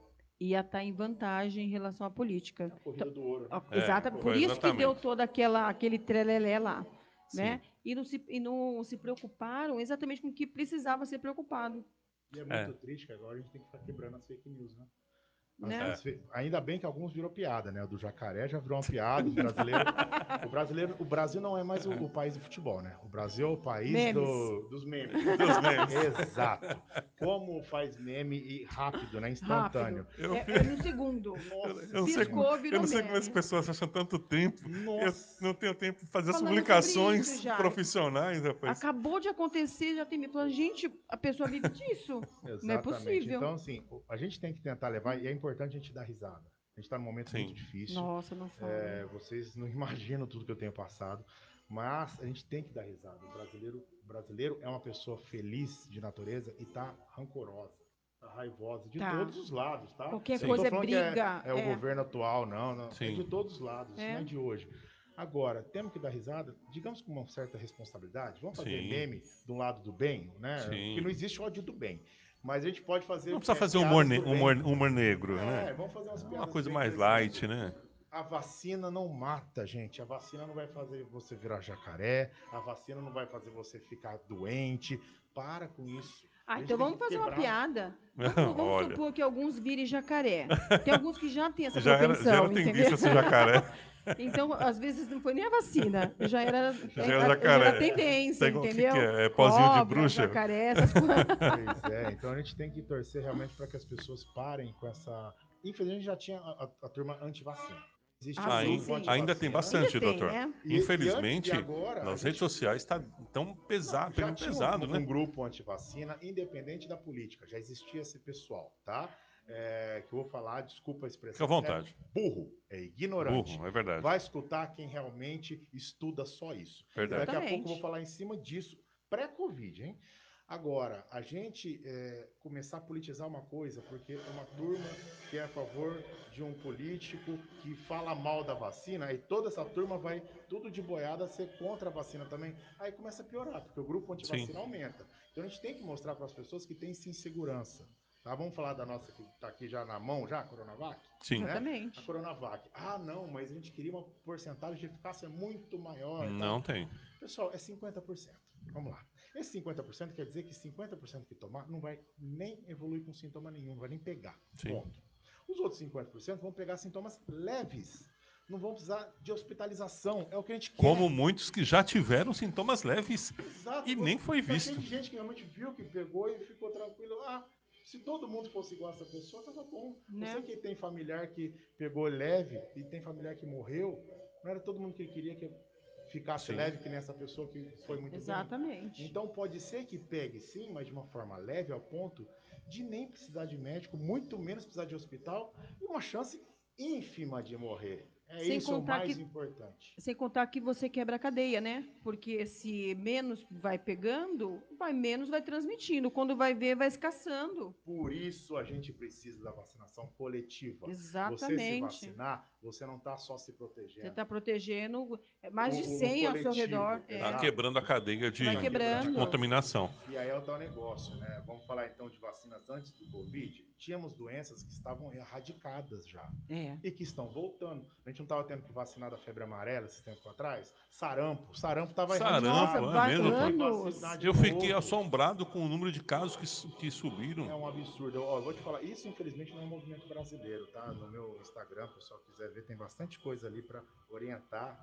ia estar em vantagem em relação à política. A corrida do ouro, né? Ó, É, exata, Corrida. por foi isso que deu exatamente. todo aquela, aquele trelelé lá, Sim. né? E não, se, e não se preocuparam exatamente com o que precisava ser preocupado, E é É. muito triste que agora a gente tem que ficar quebrando as fake news, né? As- né? as fe- Ainda bem que alguns virou piada, né? O do jacaré já virou uma piada. O brasileiro, o brasileiro, o Brasil não é mais o, o país do futebol, né? O Brasil é o país Memes. do- dos memes. Dos memes. Exato. Como faz meme e rápido, né? Instantâneo. Rápido. Eu É, fi- é no segundo. Nossa Eu não sei como, Piscou, eu virou não sei como as meme. pessoas acham tanto tempo. Eu Nossa. não tenho tempo de fazer as Falando sobre publicações isso já. profissionais, rapaz. Acabou de acontecer, já tem me falando, gente, a pessoa vive disso. Não é Exatamente. possível. Então, assim, o- a gente tem que tentar levar, e é importante a gente dar risada. A gente está num momento muito Sim. difícil. Nossa, não fala. É, vocês não imaginam tudo que eu tenho passado, mas a gente tem que dar risada. O brasileiro, o brasileiro é uma pessoa feliz de natureza e tá rancorosa, tá raivosa, de Tá. todos os lados, tá? Qualquer Sim. Eu não tô coisa é falando que é, briga. é o É, governo atual, não, não. É Sim. de todos os lados, isso É. não é de hoje. Agora, temos que dar risada, digamos com uma certa responsabilidade. Vamos fazer Sim. meme do lado do bem, né? Sim. Porque não existe ódio do bem. Mas a gente pode fazer. Não precisa é, fazer humor, piadas ne- do bem. humor, humor negro, É, né? vamos fazer umas Uma piadas coisa bem, mais por exemplo, light, né? a vacina não mata, gente. A vacina não vai fazer você virar jacaré. A vacina não vai fazer você ficar doente. Para com isso. Ah, A gente então tem vamos que fazer uma quebrar- piada. Vamos, vamos Olha, supor que alguns virem jacaré. Tem alguns que já têm essa já era, propensão, já era entendeu? tendência a ser jacaré. Então, às vezes, não foi nem a vacina. Já era, Já a- era a- jacaré. já era tendência, Pega o que entendeu? que é? É pozinho de Cobra, bruxa? jacaré, essas coisas. Pois é, então a gente tem que torcer realmente para que as pessoas parem com essa. Infelizmente já tinha a, a- a turma anti-vacina. Existe Ah, um sim, grupo sim. anti-vacina. Ainda tem Ainda bastante, tem, doutor. né? E, e antes- Infelizmente, e agora a nas gente redes sociais está tão Não, pesado, já pegando tinha pesado, um, né? um grupo anti-vacina, independente da política. Já existia esse pessoal, tá? É, que eu vou falar, desculpa a Fica à expressão, vontade. é burro, é ignorante. Burro, é verdade. Vai escutar quem realmente estuda só isso. E Verdade. daqui a pouco eu vou Exatamente. falar em cima disso, pré-Covid, hein? Agora, a gente é, começar a politizar uma coisa, porque é uma turma que é a favor de um político que fala mal da vacina, aí toda essa turma vai tudo de boiada ser contra a vacina também. Aí começa a piorar, porque o grupo antivacina aumenta. Então a gente tem que mostrar para as pessoas que tem sim segurança. Tá? Vamos falar da nossa que está aqui já na mão, já, a Coronavac? Sim. Né? Exatamente. A Coronavac. Ah, não, mas a gente queria uma porcentagem de eficácia muito maior. e Não tal. tem. Pessoal, é cinquenta por cento. Vamos lá. Esse cinquenta por cento quer dizer que cinquenta por cento que tomar não vai nem evoluir com sintoma nenhum, não vai nem pegar. Sim. Ponto. Os outros cinquenta por cento vão pegar sintomas leves. Não vão precisar de hospitalização. É o que a gente quer. Como muitos que já tiveram sintomas leves Exato. e nem foi Tá visto. cheio de gente que realmente viu, que pegou e ficou tranquilo. Ah, se todo mundo fosse igual a essa pessoa, tava bom. Né? Você que tem familiar que pegou leve e tem familiar que morreu, não era todo mundo que queria que ficasse Sim. leve que nem essa pessoa que foi muito bem. Exatamente. Então pode ser que pegue sim, mas de uma forma leve ao ponto de nem precisar de médico, muito menos precisar de hospital e uma chance ínfima de morrer. É Sem isso o contar mais que- importante. Sem contar que você quebra a cadeia, né? Porque se menos vai pegando, vai menos vai transmitindo. Quando vai ver, vai escassando. Por isso a gente precisa da vacinação coletiva. Você se Exatamente. vacinar, você não está só se Você protegendo. está protegendo é, mais de O- o cem ao seu coletivo, redor. exato. É. Tá quebrando a cadeia de, Vai de quebrando. contaminação. E aí é o tal negócio, né? Vamos falar então de vacinas antes do Covid. Tínhamos doenças que estavam erradicadas já É. e que estão voltando. A gente não estava tendo que vacinar da febre amarela esse tempo atrás? Sarampo. Sarampo estava Sarampo, erradicado. é vai- mesmo, doutor? anos. Vacinar de Eu fiquei novo. assombrado com o número de casos que, su- que subiram. É um absurdo. Ó, eu vou te falar, isso infelizmente não é um movimento brasileiro, tá? No meu Instagram, se o pessoal quiser ver, tem bastante coisa ali para orientar.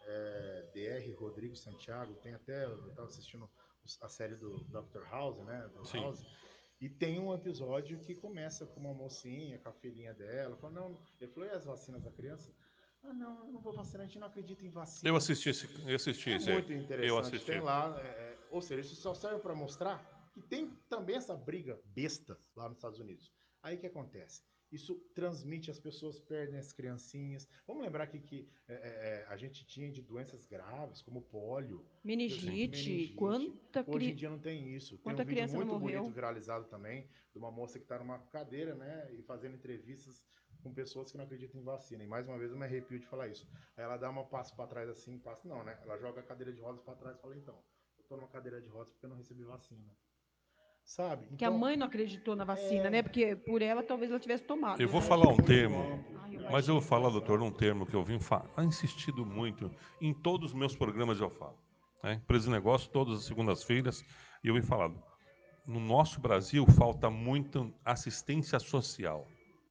É, D R Rodrigo Santiago, tem até, eu estava assistindo a série do doutor House, né? Do Sim. House, e tem um episódio que começa com uma mocinha, com a filhinha dela, falou, não, ele falou, e as vacinas da criança? Ah, não, eu não vou vacinar, a gente não acredita em vacina. Eu assisti esse, eu assisti É esse aí. muito interessante. Eu assisti. Tem lá, é, é, ou seja, isso só serve para mostrar que tem também essa briga besta lá nos Estados Unidos. Aí o que acontece? Isso transmite, as pessoas perdem as criancinhas. Vamos lembrar aqui que é, é, a gente tinha de doenças graves, como pólio, Meningite, meningite. quanta, Hoje em cri... dia não tem isso. Tem um quanta vídeo criança não muito bonito morreu? viralizado também, de uma moça que está numa cadeira, né, e fazendo entrevistas com pessoas que não acreditam em vacina. E mais uma vez eu me arrepio de falar isso. Aí ela dá uma passo para trás assim, passo não, né? Ela joga a cadeira de rodas para trás e fala, então, eu tô numa cadeira de rodas porque eu não recebi vacina. Sabe? Que a Então, mãe não acreditou na vacina, né? é, Porque por ela talvez ela tivesse Eu tomado, vou né? falar um muito termo, amplo. Ai, eu mas eu vou baixei. falar, doutor, um Exato. termo que eu vim fa- insistido muito, em todos os meus programas eu falo. Né? Empresa de negócio, todas as segundas-feiras, e eu vim falando. No nosso Brasil falta muito assistência social.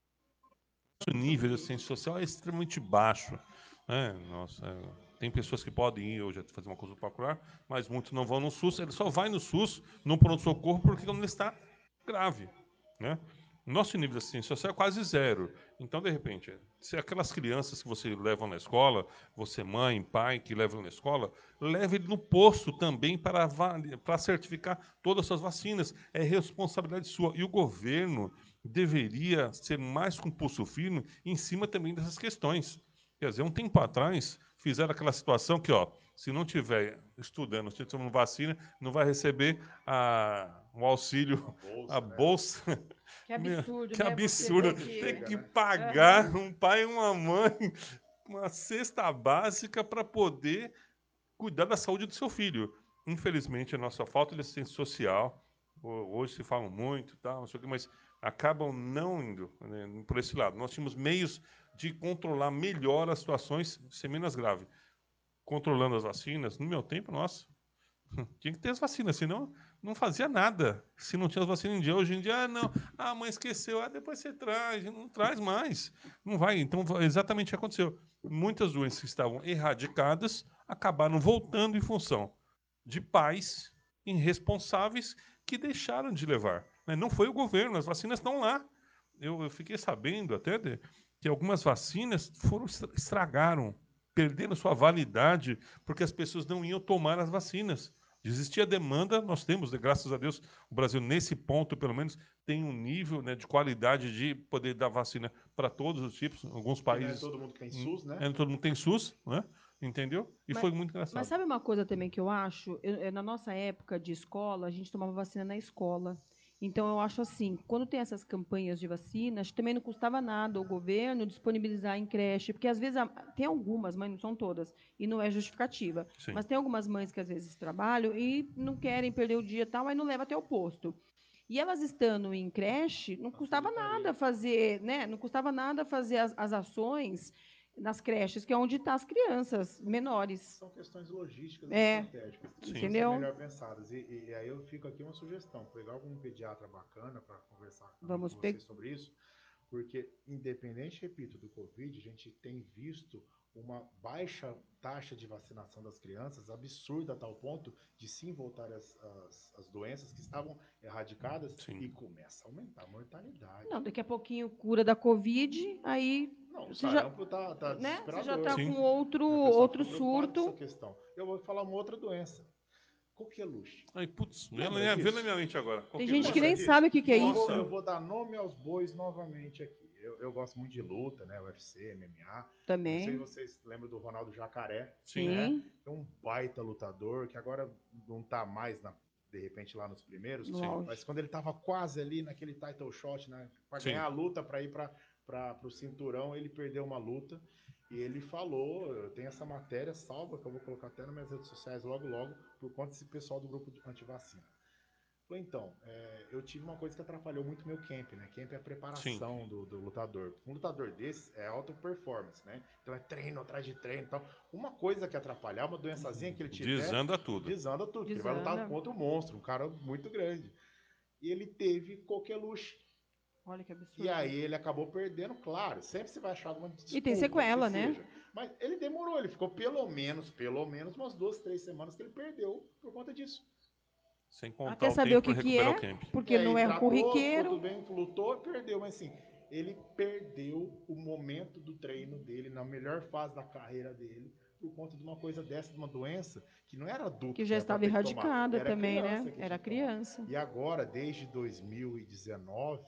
O nível de assistência social é extremamente baixo. Né? Nossa, é, tem pessoas que podem ir hoje fazer uma consulta particular, mas muitos não vão no SUS. Ele só vai no SUS, no pronto-socorro, porque quando ele está grave. Né? Nosso nível de assistência social é quase zero. Então, de repente, se aquelas crianças que você leva na escola, você mãe, pai que levam na escola, leve ele no posto também para, para certificar todas as suas vacinas. É responsabilidade sua. E o governo deveria ser mais com pulso firme em cima também dessas questões. Quer dizer, um tempo atrás, fizeram aquela situação que, ó, se não tiver estudando, se tomando vacina, não vai receber a, o auxílio, A a bolsa, né? bolsa. Que Meu, absurdo, que né? Você absurdo. ter Quando Ter que. chega, que né? pagar Aham. um pai e uma mãe uma cesta básica para poder cuidar da saúde do seu filho. Infelizmente, a nossa falta de assistência social, hoje se fala muito, tal, não sei o quê, mas acabam não indo, né, por esse lado. Nós tínhamos meios de controlar melhor as situações, ser menos grave. Controlando as vacinas, no meu tempo, nossa, tinha que ter as vacinas, senão não fazia nada. Se não tinha as vacinas em dia, hoje em dia, ah, não, ah, a mãe esqueceu, ah, depois você traz, não traz mais. Não vai. Então, exatamente o que aconteceu. Muitas doenças que estavam erradicadas acabaram voltando em função de pais irresponsáveis que deixaram de levar. Né? Não foi o governo, as vacinas estão lá. Eu, eu fiquei sabendo até de, que algumas vacinas foram estragaram, perderam sua validade porque as pessoas não iam tomar as vacinas. Existia demanda, nós temos, né, graças a Deus, o Brasil, nesse ponto, pelo menos, tem um nível, né, de qualidade de poder dar vacina para todos os tipos. Alguns Porque não é países, todo mundo que tem hum, SUS, né? é, todo mundo tem SUS, né? Entendeu? E Mas, foi muito mas engraçado. sabe uma coisa também que eu acho? Eu- eu- na nossa época de escola, a gente tomava vacina na escola. Então, eu acho assim, quando tem essas campanhas de vacinas, também não custava nada o governo disponibilizar em creche, porque às vezes a- tem algumas, mas não são todas, e não é justificativa. Sim. Mas tem algumas mães que às vezes trabalham e não querem perder o dia e tal, mas não leva até o posto. E elas estando em creche, não custava Facilitaria. nada fazer, né? Não custava nada fazer as, as ações nas creches, que é onde estão as crianças menores. São questões logísticas e É, estratégicas que Sim. precisam ser entendeu? melhor pensadas. E, e- e aí eu fico aqui uma sugestão: pegar algum pediatra bacana para conversar também Vamos com vocês pegar. sobre isso, porque, independente, repito, do Covid, a gente tem visto uma baixa taxa de vacinação das crianças, absurda a tal ponto de sim voltar as, as, as doenças que estavam erradicadas Sim. e começa a aumentar a mortalidade. Não, daqui a pouquinho cura da Covid, aí Não, o você já, sarampo tá, tá né? Você já está desesperador. com Sim. outro Né? O pessoal outro fica preocupado com essa surto. questão. Eu vou falar uma outra doença. Coqueluche. Aí, putz, veio na Lembra minha veio na disso? minha mente agora. Tem Qualquer gente que luxo. Lembra nem disso? sabe o que, que é Eu vou, isso eu vou dar nome aos bois novamente aqui. Eu, eu gosto muito de luta, né? U F C, M M A. Eu não sei se também. vocês lembram do Ronaldo Jacaré, Sim. né? Sim, É um baita lutador que agora não tá mais, na, de repente, lá nos primeiros. no Sim. Mas auge. quando ele tava quase ali naquele title shot, né? Para Sim. ganhar a luta, para ir para o cinturão, ele perdeu uma luta. E ele falou, eu tenho essa matéria salva, que eu vou colocar até nas minhas redes sociais logo, logo, por conta desse pessoal do grupo de antivacina. Falei, então, é, eu tive uma coisa que atrapalhou muito meu camp, né? Camp é a Sim. preparação do, do lutador. Um lutador desse é alta performance, né? Então é treino atrás de treino e tal. Uma coisa que atrapalhar, uma doençazinha que ele tiver, Desanda tudo. desanda tudo, porque ele vai lutar Desanda. contra um monstro, um cara muito grande. E ele teve coqueluche. Olha que E absurdo. aí ele acabou perdendo, claro. Sempre você vai achar alguma E tem desculpa que sequela, né? seja. Mas ele demorou, ele ficou pelo menos, pelo menos umas duas, três semanas que ele perdeu por conta disso. Sem contar Até o saber o tempo para que, que recuperar o é, camp. E porque não aí é tratou, ficou tudo corriqueiro. bem, lutou, perdeu. Mas assim, ele perdeu o momento do treino dele, na melhor fase da carreira dele, por conta de uma coisa dessa, de uma doença que não era adulto Que que já era para estava ter que tomar, erradicada era também, né? criança que Era tinha que tomar. criança. E agora, desde dois mil e dezenove,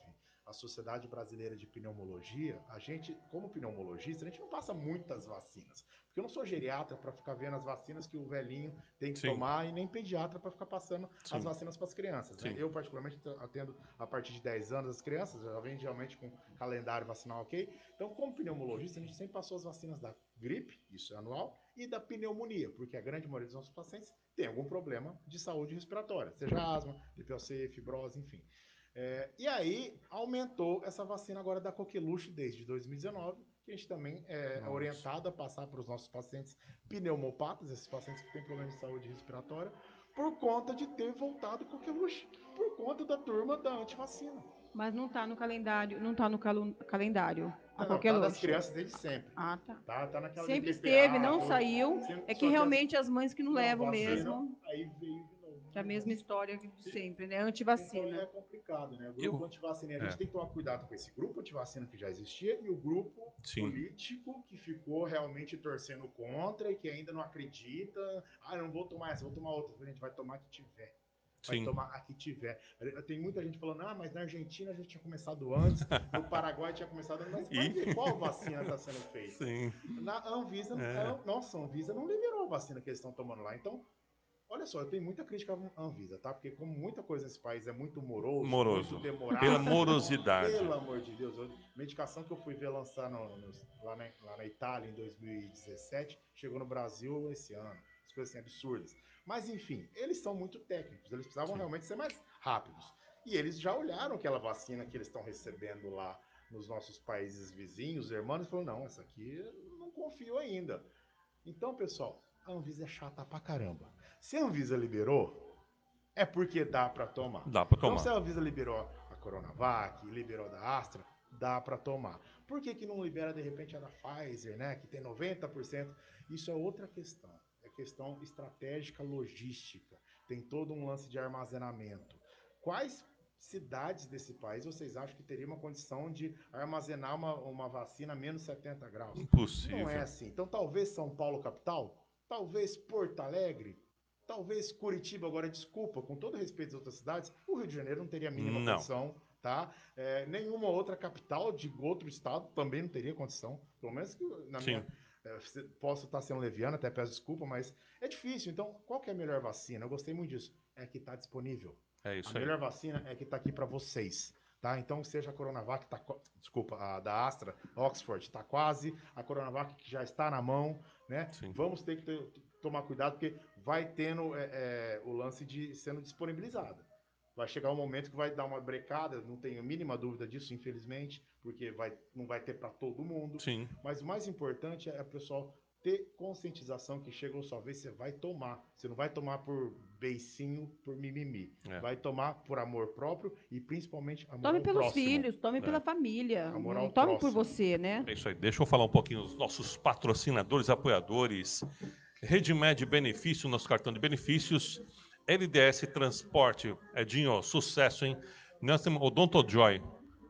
a Sociedade Brasileira de Pneumologia, a gente, como pneumologista, a gente não passa muitas vacinas. Porque eu não sou geriatra para ficar vendo as vacinas que o velhinho tem que Sim. tomar e nem pediatra para ficar passando Sim. as vacinas para as crianças. Né? Sim. Eu, particularmente, atendo a partir de dez anos as crianças, já vem geralmente com calendário vacinal ok. Então, como pneumologista, a gente sempre passou as vacinas da gripe, isso é anual, e da pneumonia, porque a grande maioria dos nossos pacientes tem algum problema de saúde respiratória, seja asma, D P O C, fibrose, enfim. É, e aí, aumentou essa vacina agora da coqueluche desde dois mil e dezenove, que a gente também é Nossa. orientado a passar para os nossos pacientes pneumopatas, esses pacientes que têm problema de saúde respiratória, por conta de ter voltado coqueluche, por conta da turma da antivacina. Mas não está no calendário, não está no calu- calendário. A Não, não, qualquer tá das luxo. crianças desde sempre. Ah, tá. Tá, tá naquela Sempre de G P A, esteve, não tudo. saiu. Sempre- É só que as- realmente as mães que não, não levam vacinam, mesmo. aí veio de novo. Que é a mesma história de sempre, né? Então é Antivacina. complicado, né? O grupo Eu- antivacina, a gente é. tem que tomar cuidado com esse grupo antivacina que já existia e o grupo Sim. político que ficou realmente torcendo contra e que ainda não acredita. Ah, eu não vou tomar essa, vou tomar outra. A gente vai tomar a que tiver. Vai Sim. tomar a que tiver. Tem muita gente falando, ah, mas na Argentina a gente tinha começado antes, no Paraguai tinha começado antes, mas vai E- ver qual vacina está sendo feita. Sim. Na Anvisa, É. a, nossa, a Anvisa não liberou a vacina que eles estão tomando lá. Então, olha só, eu tenho muita crítica à Anvisa, tá? Porque como muita coisa nesse país é muito moroso, Moroso. muito demorado. Pela morosidade. Pelo amor de Deus. Eu, medicação que eu fui ver lançar no, no, lá, na, lá na Itália em dois mil e dezessete, chegou no Brasil esse ano. As coisas assim absurdas. Mas enfim, eles são muito técnicos, eles precisavam Sim. realmente ser mais rápidos. E eles já olharam aquela vacina que eles estão recebendo lá nos nossos países vizinhos, irmãos, e falaram, não, essa aqui eu não confio ainda. Então, pessoal, a Anvisa é chata pra caramba. Se a Anvisa liberou, é porque dá para tomar. Dá pra Então, tomar. se a Anvisa liberou a Coronavac, liberou da Astra, dá para tomar. Por que, que não libera, de repente, a da Pfizer, né, que tem noventa por cento? Isso é outra questão. É questão estratégica, logística. Tem todo um lance de armazenamento. Quais cidades desse país vocês acham que teria uma condição de armazenar uma, uma vacina a menos setenta graus? Impossível. Não é assim. Então, talvez São Paulo capital, talvez Porto Alegre, talvez Curitiba, agora desculpa, com todo respeito às outras cidades, o Rio de Janeiro não teria a mínima Não. condição, tá? É, nenhuma outra capital de outro estado também não teria condição, pelo menos que na Sim. minha... é, posso estar sendo leviano, até peço desculpa, mas é difícil. Então, qual que é a melhor vacina? Eu gostei muito disso. É que está disponível. É A isso aí. melhor vacina é que está aqui para vocês. Tá? Então, seja a Coronavac, tá, desculpa, a da Astra, Oxford, está quase, a Coronavac que já está na mão, né? Sim. Vamos ter que ter, tomar cuidado, porque vai tendo é, é, o lance de sendo disponibilizada. Vai chegar um momento que vai dar uma brecada, não tenho a mínima dúvida disso, infelizmente, porque vai, não vai ter para todo mundo. Sim. Mas o mais importante é o pessoal ter conscientização que chegou sua vez, você vai tomar. Você não vai tomar por beicinho, por mimimi. É. Vai tomar por amor próprio e principalmente amor Tome ao pelos próximo. filhos, tome É. pela família. Amor Não ao tome por próximo. você, né? É isso aí. Deixa eu falar um pouquinho dos nossos patrocinadores, apoiadores. Redmed Benefício, nosso cartão de benefícios. L D S Transporte. Edinho, sucesso, hein? Nós temos Odontojoy.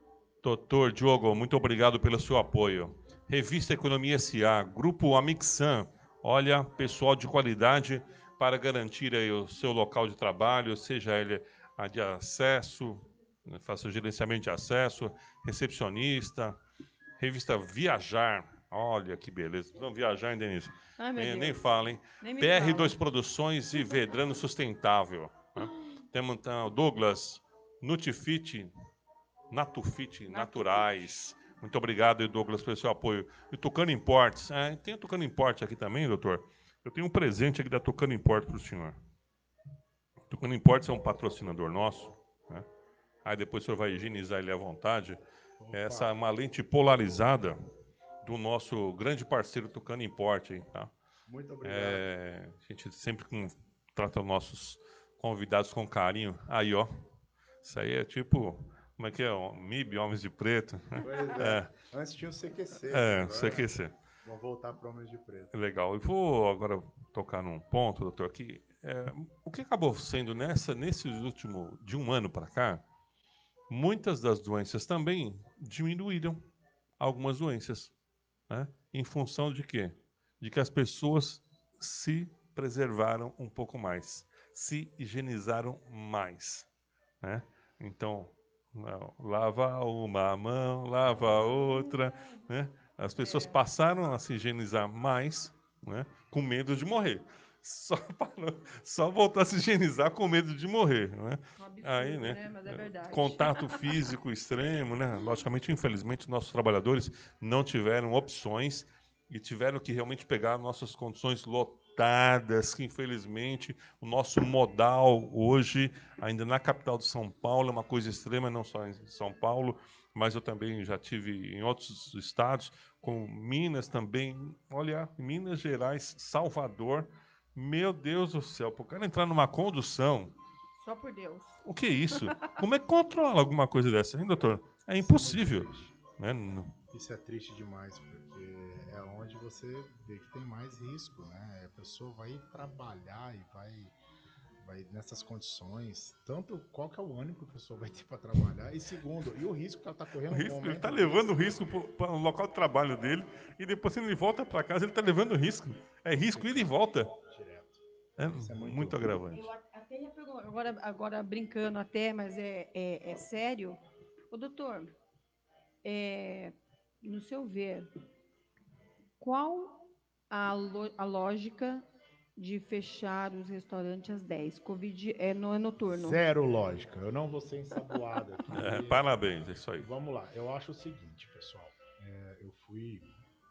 Doutor Diogo, muito obrigado pelo seu apoio. Revista Economia S A. Grupo Amixan. Olha, pessoal de qualidade para garantir aí o seu local de trabalho, seja ele a de acesso, né, faça o gerenciamento de acesso, recepcionista. Revista Viajar. Olha que beleza. Vamos viajar, hein, Denise? Ai, meu Nem, nem Deus. fala, hein? Nem me P R fala. dois Produções e Vedrano Sustentável. Né? Temos então o Douglas, Nutifit, Natufit, Naturais. Muito obrigado, Douglas, pelo seu apoio. E Tucano Importes. É, tem a Tucano Importes aqui também, doutor? Eu tenho um presente aqui da Tucano Importes para o senhor. Tucano Importes é um patrocinador nosso, né? Aí depois o senhor vai higienizar ele à vontade. Opa. Essa é uma lente polarizada do nosso grande parceiro Tucano Import, hein, tá? Muito obrigado. É, a gente sempre com, trata os nossos convidados com carinho. Aí, ó. Isso aí é tipo, como é que é? Um M I B, Homens de Preto. Pois é. Antes tinha o C Q C. É, agora C Q C. Vamos voltar para Homens de Preto. Legal. Eu vou agora tocar num ponto, doutor, aqui. É, o que acabou sendo nessa, nesse último, de um ano para cá, muitas das doenças também diminuíram. Algumas doenças, né? Em função de quê? De que as pessoas se preservaram um pouco mais, se higienizaram mais, né? Então, Não, lava uma mão, lava a outra, né? As pessoas É. passaram a se higienizar mais, né? Com medo de morrer. Só, parou- só voltou a se higienizar com medo de morrer, né? Um Aí, absurdo, né? né? Mas é verdade. Contato físico extremo, né? Logicamente, infelizmente, nossos trabalhadores não tiveram opções e tiveram que realmente pegar nossas condições lotadas, que infelizmente o nosso modal hoje, ainda na capital de São Paulo, é uma coisa extrema, não só em São Paulo, mas eu também já tive em outros estados, como Minas também. Olha, Minas Gerais, Salvador, meu Deus do céu, para o cara entrar numa condução, Só por Deus. o que é isso? Como é que controla alguma coisa dessa, hein, doutor? É Isso é muito impossível, triste. né? Não- Isso é triste demais, porque é onde você vê que tem mais risco, né? A pessoa vai trabalhar e vai, vai nessas condições. Tanto, qual que é o ânimo que a pessoa vai ter para trabalhar? E segundo, e o risco que ela está O correndo no risco, ele está momento levando o desse? risco para o local de trabalho dele e depois, quando ele volta para casa, ele está levando risco. É risco ir e Complicado, volta. direto. É Isso é muito muito. agravante. Eu a- até ia perguntar, agora, agora brincando até, mas é, é, é sério. Ô, doutor, é, no seu ver, qual a, lo- a lógica de fechar os restaurantes às dez? Covid é, não é noturno. Zero lógica. Eu não vou ser ensaboado É, aqui. parabéns, é isso aí. Vamos lá. Eu acho o seguinte, pessoal. É, eu fui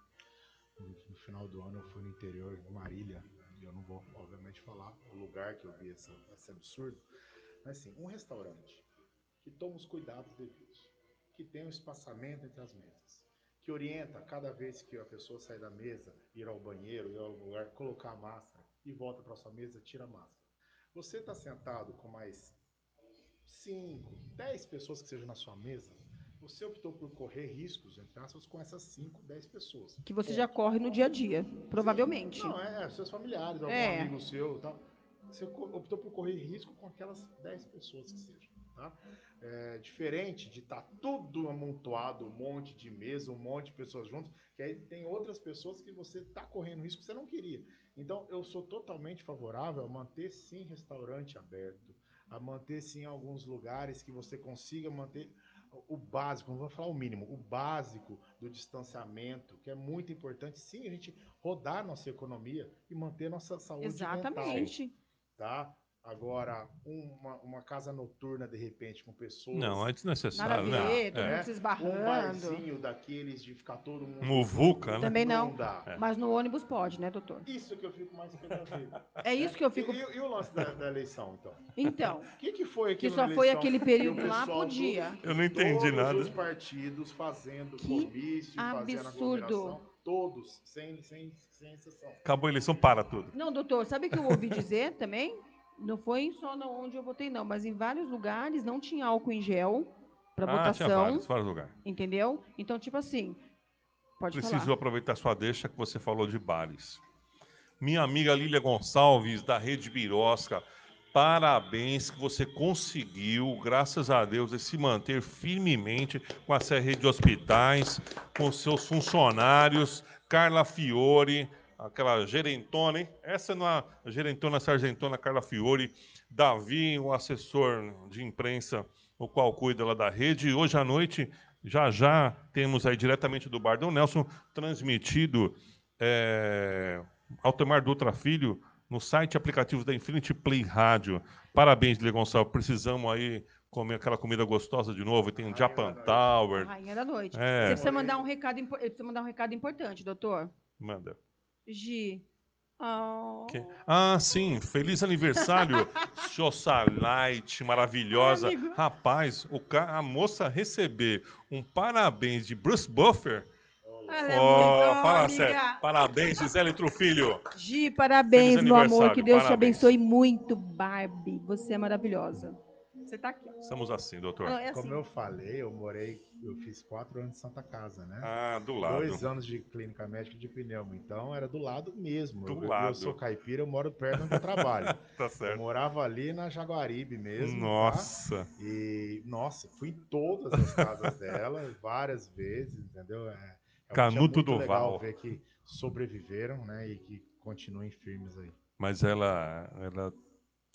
no, no final do ano, eu fui no interior de Marília. E eu não vou, obviamente, falar o lugar que eu vi essa, esse absurdo. Mas assim, um restaurante que toma os cuidados devidos, que tem um espaçamento entre as mesas, que orienta cada vez que a pessoa sai da mesa, ir ao banheiro, ir ao lugar, colocar a máscara e volta para sua mesa, tira a máscara. Você está sentado com mais cinco, dez pessoas que sejam na sua mesa, você optou por correr riscos, entre aspas, com essas cinco, dez pessoas. Que você já Ponto. corre no dia a dia, provavelmente. Sim. Não, é, é seus familiares, algum É, amigo seu, tá? Você optou por correr risco com aquelas dez pessoas que sejam, tá? É, diferente de estar tá tudo amontoado, um monte de mesa, um monte de pessoas juntas, que aí tem outras pessoas que você está correndo risco que você não queria. Então, eu sou totalmente favorável a manter sim restaurante aberto, a manter sim alguns lugares que você consiga manter o básico, não vou falar o mínimo, o básico do distanciamento, que é muito importante, sim, a gente rodar nossa economia e manter nossa saúde mental, exatamente. tá? Agora, uma, uma casa noturna, de repente, com Não, pessoas é Nada a desnecessário, né? ver, todo mundo É. se né? Um esbarrando. barzinho daqueles de ficar todo mundo Muvuca, junto, né? Também não. não dá. É. Mas no ônibus pode, né, doutor? Isso que eu fico mais pé da vida. É Né? isso que eu E, fico. e- e o lance da, da eleição, então? Então, O que, que foi que aquilo na só foi eleição aquele que o período lá, pessoal, to, podia. Eu não entendi todos os nada. partidos fazendo Que comício, fazendo absurdo. aglomeração, todos, sem, sem, sem exceção. Acabou a eleição, para tudo. Não, doutor, sabe o que eu ouvi dizer também? Não foi só na onde eu votei, não, mas em vários lugares não tinha álcool em gel para Ah, tinha vários, votação, vários lugares. entendeu? Então, tipo assim, pode Preciso falar. aproveitar sua deixa que você falou de bares. Minha amiga Lília Gonçalves, da Rede Birosca, parabéns que você conseguiu, graças a Deus, se manter firmemente com essa rede de hospitais, com seus funcionários, Carla Fiore, aquela gerentona, hein? Essa não é a gerentona, sargentona Carla Fiore, Davi, o assessor de imprensa, o qual cuida lá da rede. E hoje à noite, já já, temos aí diretamente do Bar Dom Nelson, transmitido... É, Altemar Dutra Filho, no site e aplicativo da Infinity Play Rádio. Parabéns, Lê Gonçalves. Precisamos aí comer aquela comida gostosa de novo. E tem um Rainha da Japan noite. A Tower. rainha da noite. É, Você Eu precisa morei. mandar um recado, impo- ele precisa mandar um recado importante, doutor. manda. Gi. Oh. Que- Ah, sim. Feliz aniversário, Socialite, Ai, maravilhosa. amigo. Rapaz, o ca... a moça receber um parabéns de Bruce Buffer. Ela é muito. Oh, Oh, fala sério. amiga. Parabéns, Gisele Trufilho. Gi, Feliz parabéns, meu amor. Que aniversário. Deus te Parabéns. abençoe muito, Barbie. Você é maravilhosa. Você tá aqui, ó. Estamos assim, Ah, doutor. não, é Como assim. eu falei, eu morei, eu fiz quatro anos de Santa Casa, né? Ah, do lado. Dois anos de clínica médica de pneumo, então era do lado mesmo. Do Eu, eu sou lado. caipira, eu moro perto onde eu trabalho. Tá Eu certo. morava ali na Jaguaribe mesmo, tá? Nossa. E, nossa, fui em todas as casas dela, várias vezes, entendeu? É, realmente é Canuto muito do legal Val. ver que sobreviveram, né? E que continuem firmes aí. Mas ela, ela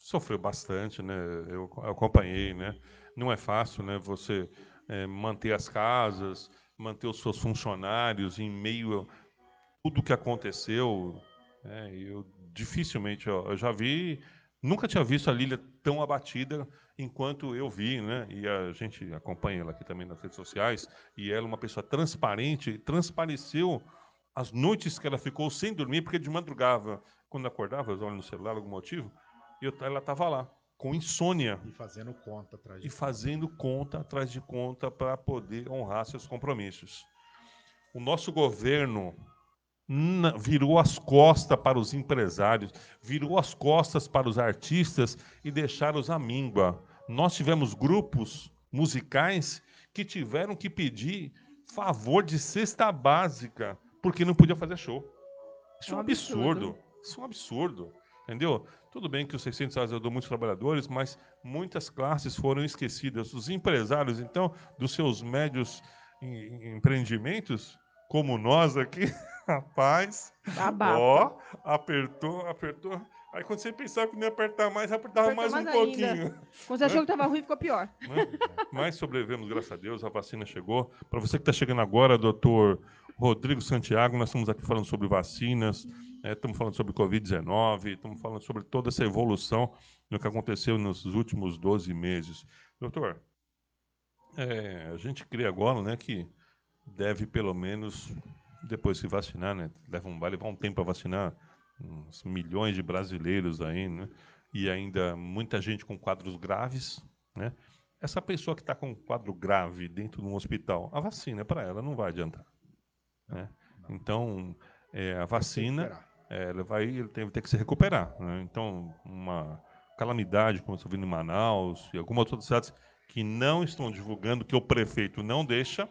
Sofreu bastante, né? Eu acompanhei, né? Não é fácil, né? Você é, manter as casas, manter os seus funcionários em meio a tudo que aconteceu. Né? Eu dificilmente, ó, eu já vi, nunca tinha visto a Lília tão abatida enquanto eu vi, né? E a gente acompanha ela aqui também nas redes sociais. E ela, é uma pessoa transparente, transpareceu as noites que ela ficou sem dormir, porque de madrugada, quando acordava, eu olho no celular, algum motivo, e eu, ela estava lá, com insônia. E fazendo conta atrás de E conta. fazendo conta atrás de conta para poder honrar seus compromissos. O nosso governo virou as costas para os empresários, virou as costas para os artistas e deixaram-os à míngua. Nós tivemos grupos musicais que tiveram que pedir favor de cesta básica porque não podia fazer show. Isso é um absurdo. Isso é um absurdo. Entendeu? Tudo bem que os seiscentos reais ajudou muitos trabalhadores, mas muitas classes foram esquecidas. Os empresários, então, dos seus médios em- empreendimentos, como nós aqui, rapaz, Abafa. ó, apertou, apertou. Aí quando você pensava que não ia apertar mais, apertava Apertou mais um mais ainda. pouquinho. Quando você achou que estava ruim, ficou pior. Né? Mas sobrevivemos, graças a Deus, a vacina chegou. Para você que está chegando agora, doutor Rodrigo Santiago, nós estamos aqui falando sobre vacinas, né, estamos falando sobre covid dezenove, estamos falando sobre toda essa evolução do que aconteceu nos últimos doze meses. Doutor, é, a gente crê agora, né, que deve pelo menos, depois se vacinar, né, leva um, vai levar um tempo para vacinar uns milhões de brasileiros aí, né, e ainda muita gente com quadros graves, né? Essa pessoa que está com um quadro grave dentro de um hospital, a vacina para ela não vai adiantar, Não, né? não. Então, é, a Tem que se vacina, recuperar. é, ele vai, ele tem, ter que se recuperar, né? Então, uma calamidade, como está vindo em Manaus e algumas outras cidades que não estão divulgando, que o prefeito não deixa,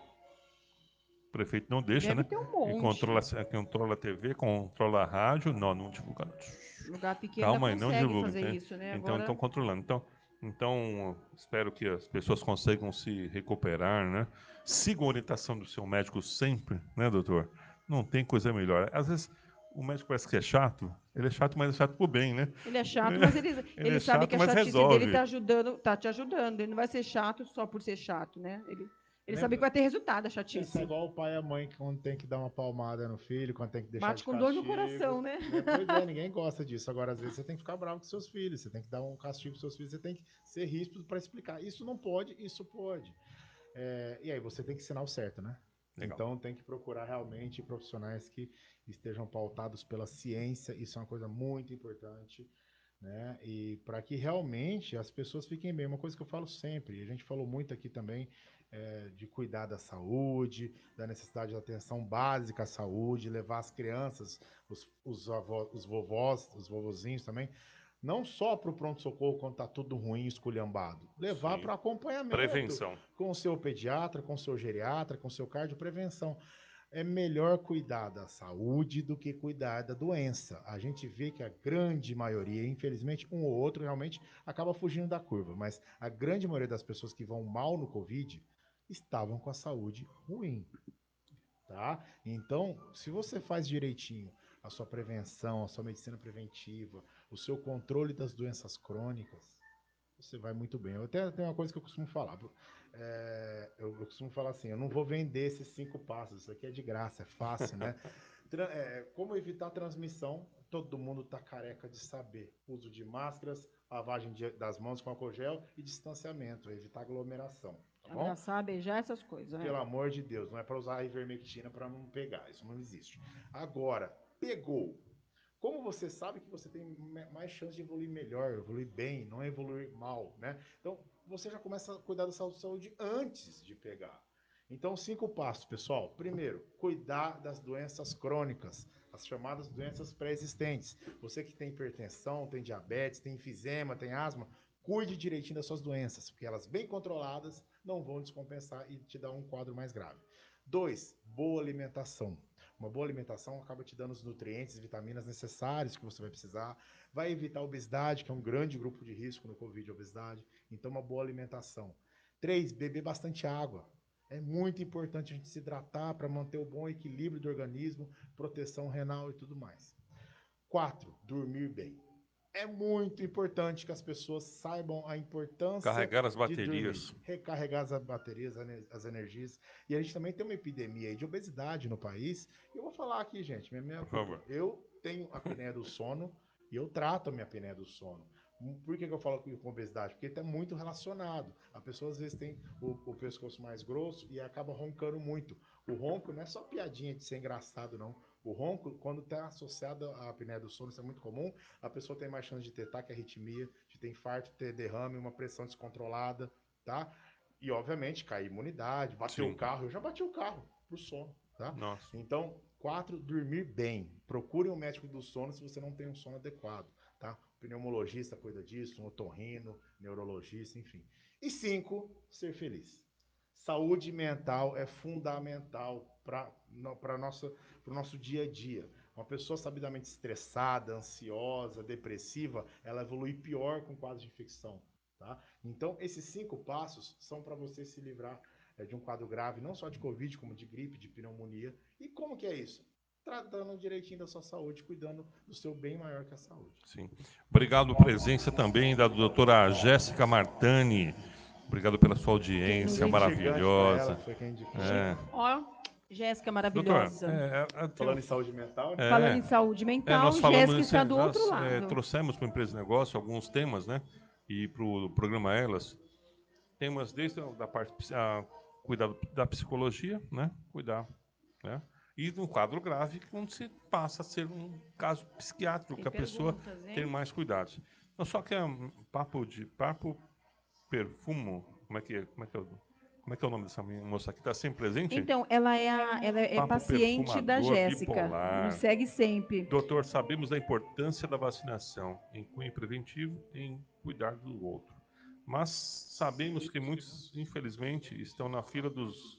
o prefeito não deixa, Deve né? ter um E monte. controla, controla a T V, controla a rádio, não, não divulga. Lugar pequeno Calma ainda aí, não consegue divulga, fazer entende? isso, né? Então, Agora, estão controlando. Então, então, espero que as pessoas consigam se recuperar, né? Sigam a orientação do seu médico sempre, né, doutor? Não tem coisa melhor. Às vezes, o médico parece que é chato, ele é chato, mas é chato por bem, né? ele é chato, mas ele, Ele ele é sabe que chato, a mas chatice dele resolve. tá ajudando, tá te ajudando. Ele não vai ser chato só por ser chato, né? Ele, ele sabe Lembra? que vai ter resultado a Pensar chatice. igual o pai e a mãe que quando tem que dar uma palmada no filho, quando tem que deixar Bate de com dor no castigo. coração, né? Né? Pois é, ninguém gosta disso. Agora, às vezes, você tem que ficar bravo com seus filhos, você tem que dar um castigo para seus filhos, você tem que ser ríspido para explicar. Isso não pode, isso pode. É, e aí, você tem que ensinar o certo, né? Legal. Então, tem que procurar realmente profissionais que estejam pautados pela ciência. Isso é uma coisa muito importante. Né? E para que realmente as pessoas fiquem bem. Uma coisa que eu falo sempre, a gente falou muito aqui também é, de cuidar da saúde, da necessidade de atenção básica à saúde, levar as crianças, os, os, avós, os vovós, os vovozinhos também, não só para o pronto-socorro quando está tudo ruim, esculhambado, levar para acompanhamento Prevenção. com o seu pediatra, com o seu geriatra, com o seu cardio, prevenção. É melhor cuidar da saúde do que cuidar da doença. A gente vê que a grande maioria, infelizmente, um ou outro realmente acaba fugindo da curva, mas a grande maioria das pessoas que vão mal no Covid estavam com a saúde ruim, tá? Então, se você faz direitinho a sua prevenção, a sua medicina preventiva, o seu controle das doenças crônicas, você vai muito bem. Eu até tenho uma coisa que eu costumo falar. É, eu, eu costumo falar assim: eu não vou vender esses cinco passos. Isso aqui é de graça, é fácil, né? Tra é, como evitar a transmissão? Todo mundo está careca de saber. Uso de máscaras, lavagem de, das mãos com álcool gel e distanciamento, evitar aglomeração. Tá bom? Abraçar, beijar, essas coisas. Pelo É. amor de Deus, não é para usar a ivermectina para não pegar. Isso não existe. Agora, pegou. Como você sabe que você tem mais chance de evoluir melhor, evoluir bem, não evoluir mal, né? Então, você já começa a cuidar da sua saúde antes de pegar. Então, cinco passos, pessoal. Primeiro, cuidar das doenças crônicas, as chamadas doenças pré-existentes. Você que tem hipertensão, tem diabetes, tem enfisema, tem asma, cuide direitinho das suas doenças, porque elas bem controladas não vão descompensar e te dar um quadro mais grave. Dois, boa alimentação. Uma boa alimentação acaba te dando os nutrientes, vitaminas necessários que você vai precisar. Vai evitar a obesidade, que é um grande grupo de risco no Covid, a obesidade. Então, uma boa alimentação. Três, beber bastante água. É muito importante a gente se hidratar para manter o bom equilíbrio do organismo, proteção renal e tudo mais. Quatro, dormir bem. É muito importante que as pessoas saibam a importância Carregar as de dormir, baterias. recarregar as baterias, as energias. E a gente também tem uma epidemia aí de obesidade no país. E eu vou falar aqui, gente, minha, minha Por culpa. favor. Eu tenho a apneia do sono e eu trato a minha apneia do sono. Por que, que eu falo com obesidade? Porque está muito relacionado. A pessoa às vezes tem o, o pescoço mais grosso e acaba roncando muito. O ronco não é só piadinha de ser engraçado, não. O ronco, quando está associado à apneia do sono, isso é muito comum, a pessoa tem mais chance de ter taquiarritmia, de ter infarto, ter derrame, uma pressão descontrolada, tá? E, obviamente, cair imunidade, bater Sim. o carro. Eu já bati o carro por sono, tá? Nossa. Então, quatro, dormir bem. Procure um médico do sono se você não tem um sono adequado, tá? O pneumologista cuida disso, um otorrino, neurologista, enfim. E cinco, ser feliz. Saúde mental é fundamental para o nosso dia a dia. Uma pessoa sabidamente estressada, ansiosa, depressiva, ela evolui pior com quadro de infecção. Tá? Então, esses cinco passos são para você se livrar é, de um quadro grave, não só de Covid, como de gripe, de pneumonia. E como que é isso? Tratando direitinho da sua saúde, cuidando do seu bem maior que a saúde. Sim. Obrigado pela presença também da doutora Jéssica Martani. Obrigado pela sua audiência Ninguém maravilhosa. ela, foi quem indicou. É. Ó, Jéssica Doutor, maravilhosa. é, é, tem- Falando em saúde mental, né? Falando é, em saúde é, mental, nós Jéssica falamos, está do outro nós é, lado. trouxemos para o Empresa de Negócio alguns temas, né? E para o programa Elas, temas desde a da parte a, cuidar da psicologia, né? Cuidar, né? E num quadro grave, quando se passa a ser um caso psiquiátrico, Tem que a pessoa perguntas, tem hein? mais cuidados. Então, só que é um papo de papo perfumo, como é que é, como é que é, o- como é que é o nome dessa moça aqui? Está sempre presente? Então, ela é, a, ela é Papo paciente da perfumador Jéssica. Nos bipolar. segue sempre. Doutor, sabemos da importância da vacinação em cunho preventivo e em cuidar do outro. Mas sabemos que muitos, infelizmente, estão na fila dos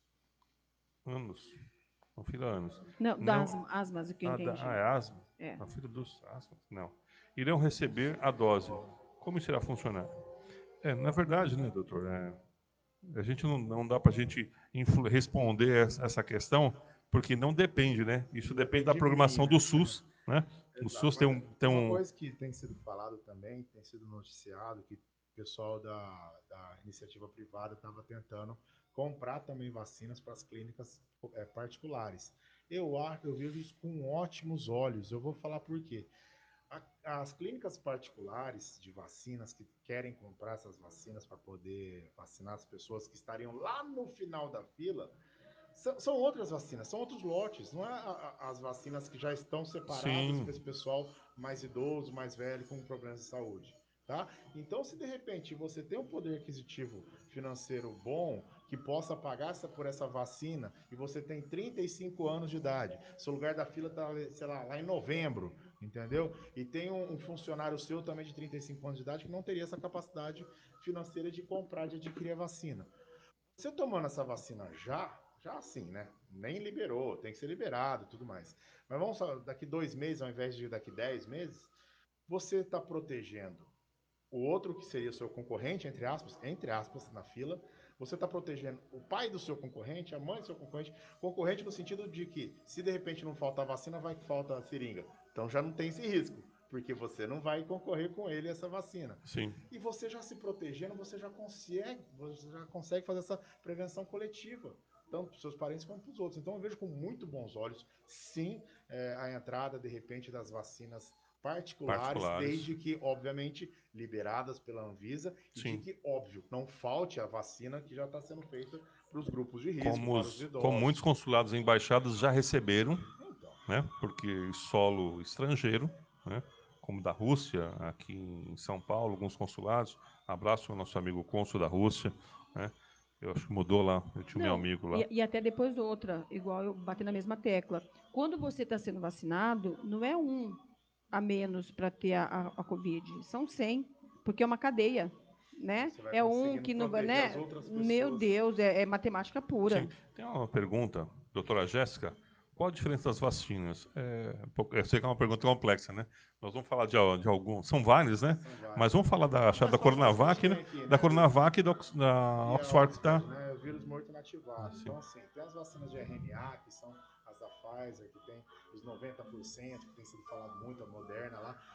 anos. Na fila anos. Não, Não, das asmas, o que eu ah, da, entendi. ah, é asma? É. Na fila dos asmas? Não. Irão receber a dose. Como isso irá funcionar? É, na verdade, né, doutor? É, a gente não, não dá para a gente influ- responder essa essa questão, porque não depende, né? Isso depende da de programação mim, né? do SUS, né? O Exato. SUS tem Mas um, tem tem uma um, coisa que tem sido falado também, tem sido noticiado, que o pessoal da, da iniciativa privada estava tentando comprar também vacinas para as clínicas é, particulares. Eu acho, eu vejo isso com ótimos olhos. Eu vou falar por quê. A- As clínicas particulares de vacinas que querem comprar essas vacinas para poder vacinar as pessoas que estariam lá no final da fila, são, são outras vacinas, são outros lotes, não é a- a- as vacinas que já estão separadas sim, para esse pessoal mais idoso, mais velho, com problemas de saúde. Tá? Então, se de repente você tem um poder aquisitivo financeiro bom, que possa pagar essa, por essa vacina, e você tem trinta e cinco anos de idade, seu lugar da fila está, sei lá, lá em novembro, entendeu? E tem um, um funcionário seu também de trinta e cinco anos de idade que não teria essa capacidade financeira de comprar, de adquirir a vacina. Você tomando essa vacina já, já assim, né? Nem liberou, tem que ser liberado e tudo mais. Mas vamos só, daqui dois meses, ao invés de daqui dez meses, você está protegendo o outro que seria o seu concorrente, entre aspas, entre aspas, na fila. Você está protegendo o pai do seu concorrente, a mãe do seu concorrente, concorrente no sentido de que, se de repente não faltar vacina, vai que falta a seringa. Então já não tem esse risco, porque você não vai concorrer com ele essa vacina. sim. E você já se protegendo, você já consegue, você já consegue fazer essa prevenção coletiva, tanto para os seus parentes quanto para os outros. Então eu vejo com muito bons olhos, sim, é, a entrada, de repente, das vacinas particulares, Particulares. desde que, obviamente, liberadas pela Anvisa e de Sim. que, óbvio, não falte a vacina que já está sendo feita para os grupos de risco, Como, para os os, idosos. como muitos consulados e embaixadas já receberam, Então, né? Porque solo estrangeiro, né? Como da Rússia, aqui em São Paulo, alguns consulados. Abraço ao nosso amigo cônsul da Rússia, né? Eu acho que mudou lá, eu tinha um meu Não, amigo lá. e, e até depois outra, igual eu bati na mesma tecla. Quando você está sendo vacinado, não é um a menos para ter a, a, a Covid, são cem, porque é uma cadeia, né? você vai É um conseguindo que não vai, proteger as né? outras Meu pessoas. Deus, é, é matemática pura. Sim. Tem uma pergunta, doutora Jéssica. Qual a diferença das vacinas? É, um pouco- eu sei que é uma pergunta complexa, né? Nós vamos falar de, al- de alguns. São vários, né? São vários. Mas vamos falar da, acho que Mas da fala das que a Coronavac, gente né? tem aqui, Da né? Coronavac e da, Ox- da E a Oxford, que está. Oxford, né? É o vírus morto inativado. Sim. Então, assim, tem as vacinas de R N A, que são as da Pfizer, que tem os noventa por cento, que tem sido falado muito, a Moderna lá.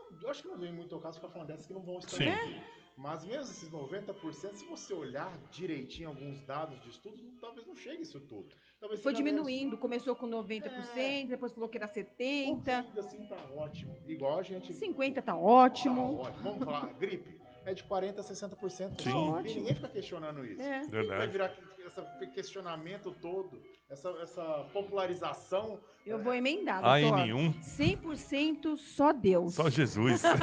eu acho que não vem muito ao caso ficar falando dessas que não vão estar Sim. aqui. Mas mesmo esses noventa por cento, se você olhar direitinho alguns dados de estudos, talvez não chegue isso tudo. Talvez Foi seja menos. diminuindo, começou com noventa por cento, depois falou que era setenta por cento. Ainda assim tá ótimo. Igual a gente. cinquenta por cento tá Tá ótimo. ótimo. Vamos falar, gripe é de quarenta a sessenta por cento, Tá pessoal. Sim. E ótimo. ninguém fica questionando isso. É. Por que que vai Verdade. virar esse questionamento todo, essa, essa popularização? Eu vou emendar, A doutor. N um, cem por cento só Deus. só Jesus. É,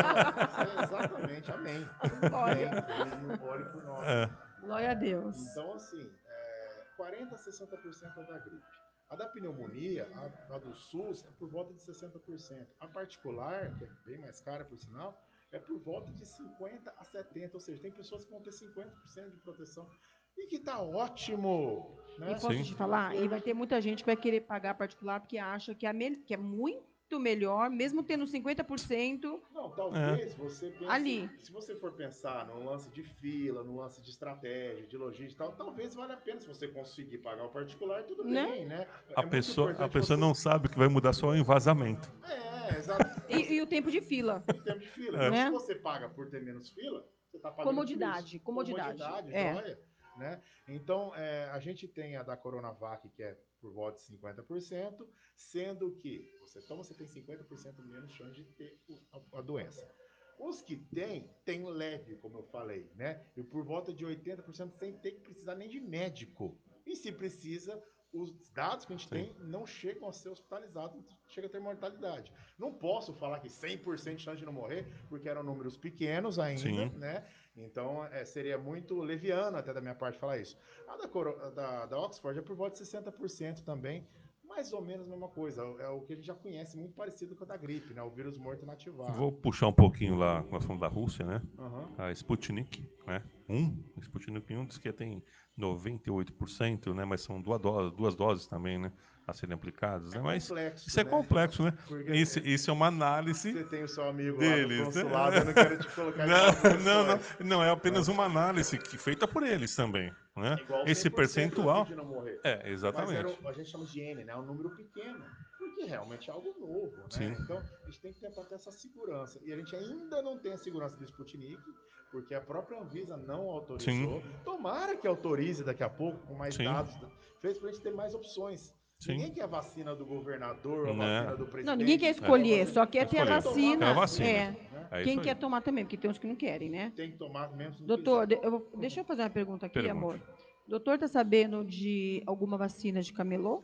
é, exatamente, amém. Glória. Amém. Ele ore por nós. É. Glória a Deus. Então, assim, é, quarenta a sessenta por cento é da gripe. A da pneumonia, a, a do SUS, é por volta de sessenta por cento. A particular, que é bem mais cara, por sinal, é por volta de cinquenta a setenta por cento. Ou seja, tem pessoas que vão ter cinquenta por cento de proteção. E que tá ótimo, né? E posso Sim. te falar? E vai ter muita gente que vai querer pagar particular porque acha que é, me- que é muito melhor, mesmo tendo cinquenta por cento Não, talvez você pense, ali. se você for pensar no lance de fila, no lance de estratégia, de logística e tal, talvez valha a pena se você conseguir pagar o particular, tudo Né? bem, né? A É muito pessoa, a importante pessoa você- não sabe que vai mudar só o envasamento. É, exato. E, e o tempo de fila. E o tempo de fila. É. Então, Né? se você paga por ter menos fila, você está pagando Comodidade, por isso. comodidade. Comodidade, É. joia. Né? Então, é, a gente tem a da Coronavac, que é por volta de cinquenta por cento, sendo que você toma, você tem cinquenta por cento menos chance de ter o- a, a doença. Os que têm, tem leve, como eu falei, né? E por volta de oitenta por cento sem ter que precisar nem de médico. E se precisa, os dados que a gente Sim. tem não chegam a ser hospitalizados, chega a ter mortalidade. Não posso falar que cem por cento de chance de não morrer, porque eram números pequenos ainda, Sim. né? Então, é, seria muito leviano até da minha parte falar isso. A da, Coro- da, da Oxford é por volta de sessenta por cento também, mais ou menos a mesma coisa. É o que a gente já conhece, muito parecido com a da gripe, né? O vírus morto inativado. Vou puxar um pouquinho lá com a ação da Rússia, né? Aham. A Sputnik, né? Um, Sputnik um diz que tem noventa e oito por cento, né? Mas são duas doses, duas doses também, né? A serem aplicadas, né? Mas complexo, isso é né? complexo, né? Porque Isso, isso é uma análise você tem o seu amigo lá do deles, né? consulado, eu não quero te colocar em Não, maus não, não, lençóis. não, é apenas uma análise que feita por eles também, né? Igual Esse cem por cento percentual, de não morrer. é, Mas era, exatamente. um- a gente chama de N, né? Um número pequeno. Porque realmente é algo novo, né? Sim. Então, a gente tem que tentar ter essa segurança. E a gente ainda não tem a segurança do Sputnik, porque a própria Anvisa não autorizou. Tomara que autorize daqui a pouco, com mais Sim. dados. Fez pra gente ter mais opções. Sim. Ninguém quer a vacina do governador, a Né. vacina do presidente. Não, ninguém quer ou a escolher, vacina- só quer ter a escolher. vacina. Quer a vacina. É. né? É Quem isso aí. quer tomar também, porque tem uns que não querem, né? Tem que tomar mesmo se não Doutor, quiser. de- eu vou- deixa eu fazer uma pergunta aqui, Pergunte. amor. Doutor, tá sabendo de alguma vacina de camelô?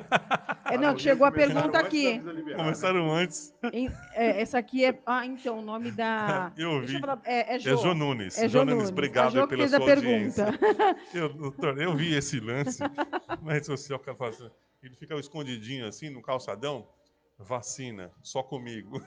É, Lá não, no que Rio chegou a começaram pergunta antes da aqui. Anvisa liberar, né? Começaram antes. Em- é, essa aqui é. Ah, então, o nome da. Eu Deixa eu vi. falar. É, é Jô. É Jô Nunes. É Jô Jô Nunes, Nunes. obrigado A Jô aí que pela fez a sua pergunta. audiência. Eu, doutor, eu vi esse lance na rede social que ela fala assim, ele fica escondidinho assim no calçadão, vacina, só comigo.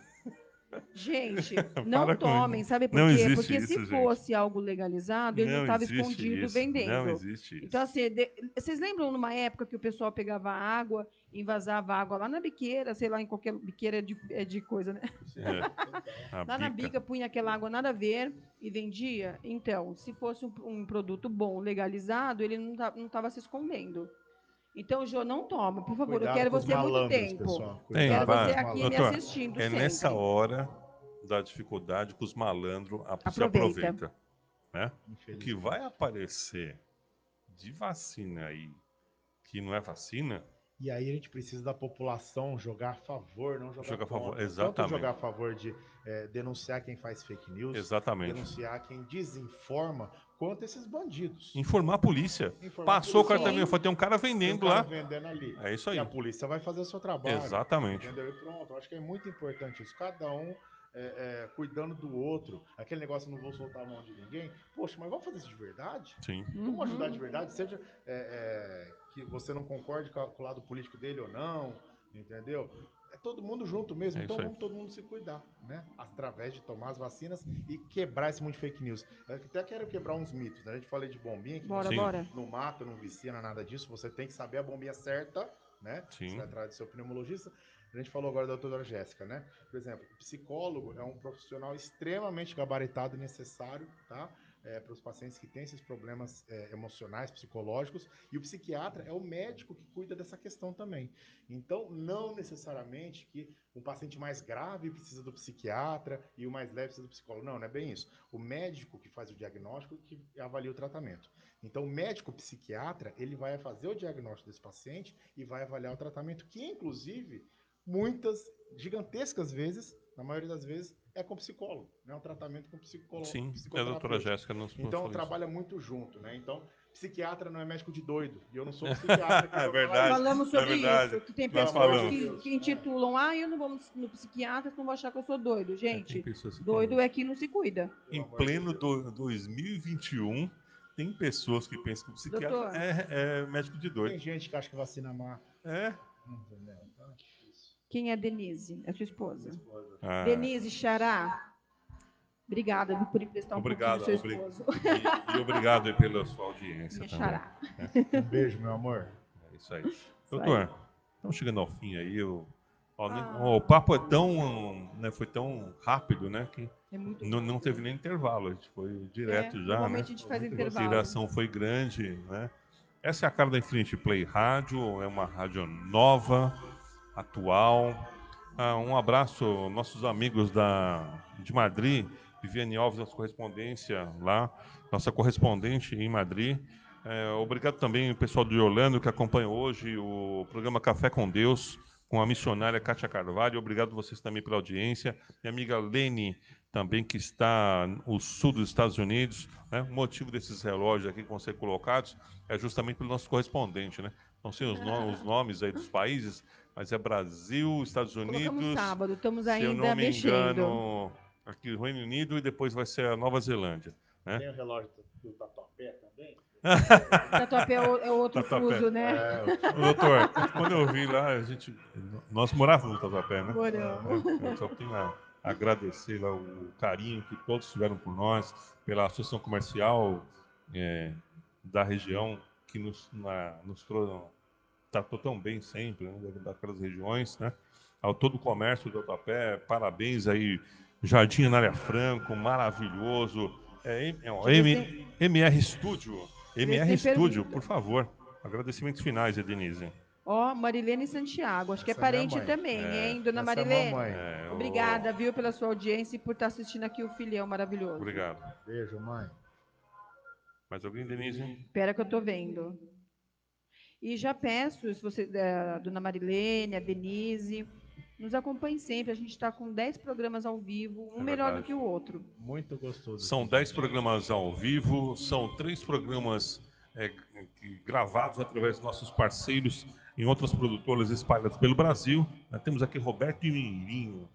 Gente, não Para com tomem, isso. sabe por Não quê? existe Porque se isso, gente. fosse algo legalizado, ele não Não estava existe escondido isso. Não vendendo. existe isso. Então, assim, de- vocês lembram numa época que o pessoal pegava água, invasava água lá na biqueira, sei lá, em qualquer biqueira de, é de coisa, né? É, a Lá na bica. bica punha aquela água nada a ver e vendia. Então, se fosse um, um produto bom, legalizado, ele não estava se escondendo. Então, Jô, não toma, por favor. Cuidado eu quero com os você muito malandros, tempo. pessoal. Tem, Quero Cuidado você com os aqui me malandros. Doutor, assistindo é sempre. nessa hora da dificuldade que os malandros a- se Aproveita. aproveitam. Né? O que Infelizmente. vai aparecer de vacina aí que não é vacina, E aí a gente precisa da população jogar a favor, não jogar, Jogar a contra. favor, Tanto exatamente. jogar a favor de eh, denunciar quem faz fake news, Exatamente. denunciar quem desinforma, quanto esses bandidos. informar a polícia. Informar a Passou o polícia, cartão, ó, foi tem um cara Tem um vendendo cara lá. vendendo ali. É isso aí. E a polícia vai fazer o seu trabalho. Exatamente. Entendeu? E pronto. Eu acho que é muito importante isso. Cada um é, é, cuidando do outro. Aquele negócio, não vou soltar a mão de ninguém. Poxa, mas vamos fazer isso de verdade? Sim. Vamos ajudar Uhum. de verdade? Seja é, é, que você não concorde com, a- com o lado político dele ou não. Entendeu? É todo mundo junto mesmo. É Então isso aí. vamos todo mundo se cuidar, né? Através de tomar as vacinas e quebrar esse mundo de fake news. Eu até quero quebrar uns mitos, né? A gente falei de bombinha, que Bora, Sim. bora. não mata, não vicia, não é nada disso. Você tem que saber a bombinha certa, né? Sim. Você vai atrás do seu pneumologista. A gente falou agora da doutora Jéssica, né? Por exemplo, o psicólogo é um profissional extremamente gabaritado e necessário, tá? é, para os pacientes que têm esses problemas é, emocionais, psicológicos, e o psiquiatra é o médico que cuida dessa questão também. Então, não necessariamente que um paciente mais grave precisa do psiquiatra e o mais leve precisa do psicólogo. Não, não é bem isso. O médico que faz o diagnóstico que avalia o tratamento. Então, o médico psiquiatra, ele vai fazer o diagnóstico desse paciente e vai avaliar o tratamento, que, inclusive, muitas, gigantescas vezes, na maioria das vezes, é com psicólogo, né? Um tratamento com psicólogo, Sim, a doutora psicoterapêutico. Jéssica nos Então, falou isso. trabalha muito junto, né? Então, psiquiatra não é médico de doido. E eu não sou psiquiatra aqui É para falar verdade. isso. Falamos É sobre verdade. isso, que tem Nós Pelo amor pessoas de falamos. que, Deus. que intitulam, ah, eu não vou no, no psiquiatra, não vou achar que eu sou doido. É, tem Gente, pessoas que falam doido isso. é quem não se cuida. Em Pelo amor de pleno Deus. do, dois mil e vinte e um, tem pessoas que pensam que o psiquiatra Doutor. é, é médico de doido. Tem gente que acha que vacina mata. É. Entendeu? Então, isso. Quem é Denise? É sua esposa. Minha esposa. Ah, Denise Xará, obrigada viu, por emprestar um obrigado. pouquinho do seu obri- esposo. E, e obrigado aí pela sua audiência Minha também. Xará. Um beijo, meu amor. É isso aí. Isso Doutor, aí. estamos chegando ao fim aí. O, ó, nem- Ah. ó, o papo é tão, né, foi tão rápido, né, que É muito não, não rápido. teve nem intervalo. A gente foi direto É, já, normalmente né? a gente faz Muito A intervalo. interação foi grande, né? Essa é a cara da Infinity Play Rádio, é uma rádio nova, atual. Ah, um abraço aos nossos amigos da, de Madrid, Viviane Alves, nossa correspondência lá, nossa correspondente em Madrid. É, obrigado também ao pessoal de Orlando que acompanha hoje o programa Café com Deus, com a missionária Kátia Carvalho. Obrigado vocês também pela audiência. Minha amiga Lene, também que está no sul dos Estados Unidos. Né? O motivo desses relógios aqui que vão ser colocados é justamente pelo nosso correspondente, né? Não sei os, no- os nomes aí dos países, mas é Brasil, Estados Colocamos Unidos, sábado, estamos se eu não ainda me mexendo. engano, aqui o Reino Unido e depois vai ser a Nova Zelândia. Né? Tem o relógio do Tatuapé também? Tatuapé é o- é outro Tatuapé. fuso, né? É, Ô, doutor, quando eu vi lá, a gente, nós morávamos no Tatuapé, né? Moramos. Eu só tenho a agradecer lá o carinho que todos tiveram por nós, pela associação comercial é, da região que nos, na, nos trou- tratou tão bem sempre, né, daquelas regiões, né? Ao todo o comércio do Tatuapé, parabéns aí, Jardim Anália Franco, maravilhoso. É, é, ó, Deixa eu ver se M, tem- MR Studio, deixa eu ver se M R tem Studio, pergunta. por favor. Agradecimentos finais, Denise. Ó, Marilene Santiago, acho que é Essa é minha parente mãe. também, É. hein, dona Essa é a Marilene? mamãe. É, Obrigada, ô, viu, pela sua audiência e por estar assistindo aqui o filhão maravilhoso. obrigado. Beijo, mãe. Mais alguém, Denise? Espera que eu tô vendo. E já peço, se você, a dona Marilene, a Denise, nos acompanhem sempre. A gente está com dez programas ao vivo, um É melhor do verdade. que o outro. Muito gostoso. São aqui, dez gente. programas ao vivo, são três programas é, que- gravados através dos nossos parceiros em outras produtoras espalhadas pelo Brasil. Nós temos aqui Roberto e Meirinho.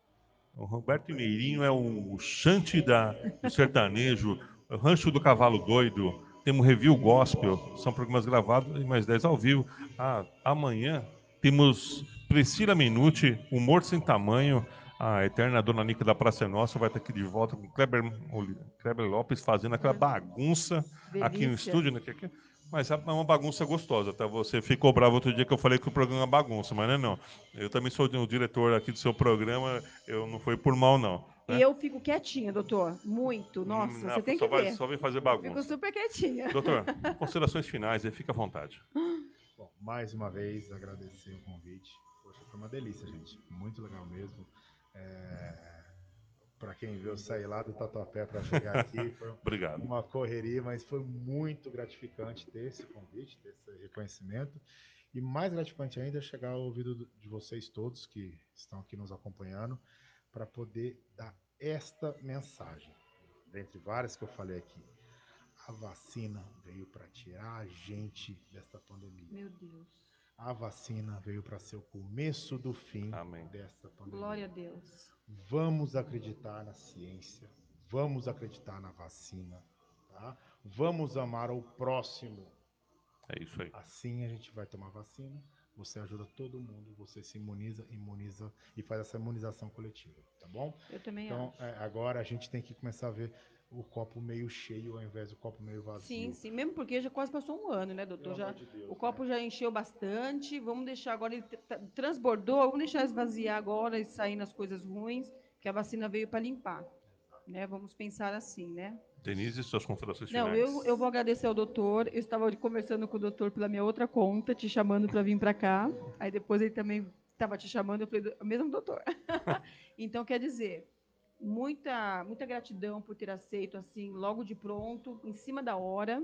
O Roberto e Meirinho é o chante da, do sertanejo, o Rancho do Cavalo Doido. Temos Review Gospel, são programas gravados e mais dez ao vivo. Ah, amanhã temos Priscila Minuti, Humor Sem Tamanho. A eterna Dona Nica da Praça é Nossa vai estar aqui de volta com Kleber, Oli- Kleber Lopes fazendo aquela bagunça aqui no Delícia. estúdio, né? que aqui- Mas é uma bagunça gostosa, tá? Você ficou bravo outro dia que eu falei que o programa é uma bagunça, mas não é não. Eu também sou o diretor aqui do seu programa, eu não foi por mal, não. E Né? eu fico quietinha, doutor. Muito. Nossa, Hum, você não, tem só, que vai, ver. só vem fazer Fico bagunça. super quietinha. Doutor, considerações finais aí, fica à vontade. Bom, mais uma vez agradecer o convite. Poxa, foi uma delícia, gente. Muito legal mesmo. É... Para quem viu, eu saí lá do Tatuapé para chegar aqui. Foi Obrigado. uma correria, mas foi muito gratificante ter esse convite, ter esse reconhecimento. E mais gratificante ainda é chegar ao ouvido de vocês todos que estão aqui nos acompanhando para poder dar esta mensagem, dentre várias que eu falei aqui. A vacina veio para tirar a gente desta pandemia. Meu Deus. A vacina veio para ser o começo do fim Amém. desta pandemia. Glória a Deus. Vamos acreditar na ciência, vamos acreditar na vacina, tá? Vamos amar o próximo. É isso aí. Assim a gente vai tomar vacina, você ajuda todo mundo, você se imuniza, imuniza e faz essa imunização coletiva, tá bom? Eu também Então, acho. é, agora a gente tem que começar a ver o copo meio cheio ao invés do copo meio vazio. Sim, sim. Mesmo porque já quase passou um ano, né, doutor? Pelo Já, amor de Deus, o copo né? já encheu bastante. Vamos deixar agora, ele t- t- transbordou, vamos deixar esvaziar agora e sair nas coisas ruins, que a vacina veio para limpar. né? Vamos pensar assim, né? Denise, suas considerações Não, finais. eu, eu vou agradecer ao doutor. Eu estava conversando com o doutor pela minha outra conta, te chamando para vir para cá. Aí depois ele também estava te chamando, eu falei, mesmo doutor. Então, quer dizer, muita, muita gratidão por ter aceito assim, logo de pronto, em cima da hora.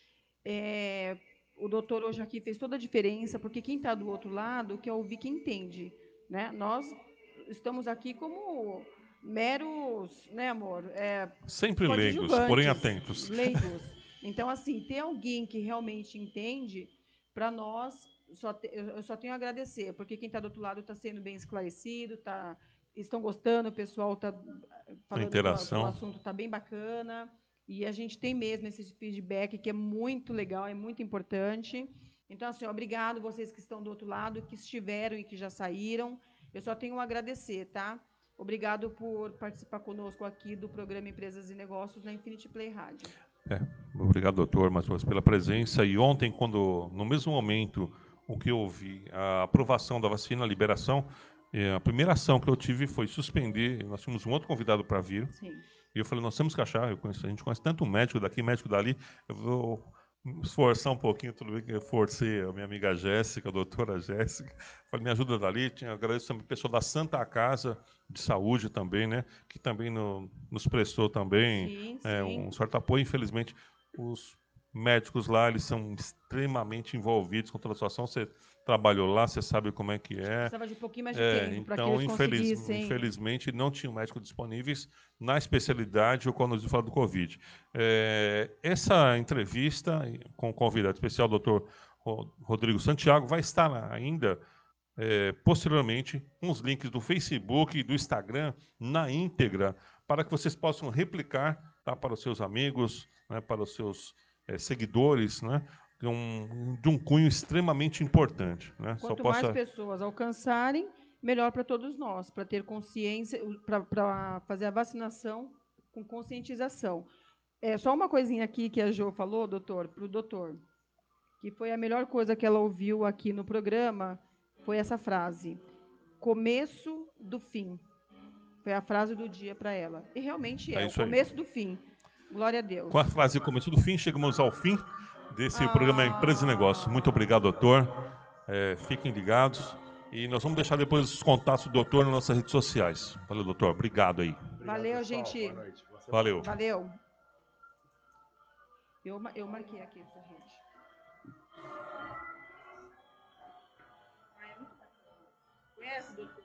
É, o doutor hoje aqui fez toda a diferença, porque quem está do outro lado quer ouvir quem entende, né? Nós estamos aqui como meros, né, amor? É, Sempre leigos, porém coadjuvantes, atentos. leigos. Então, assim, ter alguém que realmente entende, para nós, só te, eu só tenho a agradecer, porque quem está do outro lado está sendo bem esclarecido, tá, estão gostando, o pessoal está A falando que o, que o interação. assunto está bem bacana. E a gente tem mesmo esse feedback que é muito legal, é muito importante. Então, assim, obrigado vocês que estão do outro lado, que estiveram e que já saíram. Eu só tenho a agradecer, tá? Obrigado por participar conosco aqui do programa Empresas e Negócios na Infinity Play Rádio. É, obrigado, doutor, mais uma vez pela presença. E ontem, quando, no mesmo momento, o que eu ouvi, a aprovação da vacina, a liberação, é, a primeira ação que eu tive foi suspender. Nós tínhamos um outro convidado para vir. Sim. E eu falei, nós temos que achar, eu conheço, a gente conhece tanto médico daqui, médico dali, eu vou me esforçar um pouquinho, tudo bem que eu forcei a minha amiga Jéssica, a doutora Jéssica, falei, me ajuda dali, tinha, agradeço também o pessoal da Santa Casa de Saúde também, né, que também no, nos prestou também Sim, é, sim. um certo apoio. Infelizmente, os médicos lá, eles são extremamente envolvidos com toda a situação, você trabalhou lá, você sabe como é que é. Precisava de um pouquinho mais de É, tempo para que então, eles infeliz, conseguissem. infelizmente, não tinham médicos disponíveis na especialidade ou quando a gente fala do Covid. É, essa entrevista com o convidado especial, o doutor Rodrigo Santiago, vai estar ainda, é, posteriormente, com os links do Facebook e do Instagram na íntegra, para que vocês possam replicar, tá, para os seus amigos, né, para os seus é, seguidores, né, de um, de um cunho extremamente importante. Né? Só Quanto mais possa... pessoas alcançarem, melhor para todos nós, para ter consciência, para fazer a vacinação com conscientização. É só uma coisinha aqui que a Jo falou, doutor, para o doutor, que foi a melhor coisa que ela ouviu aqui no programa, foi essa frase: começo do fim. Foi a frase do dia para ela. E realmente É é, o isso aí. começo do fim. Glória a Deus. Com a frase começo do fim, chegamos ao fim desse programa Empresa e Negócio. Muito Ah, obrigado, doutor. É, fiquem ligados. E nós vamos deixar depois os contatos do doutor nas nossas redes sociais. Valeu, doutor. Obrigado aí. Obrigado, valeu, pessoal. gente. Boa noite. Boa semana. Valeu. Valeu. Eu, ma- eu marquei aqui essa rede. Conhece, doutor?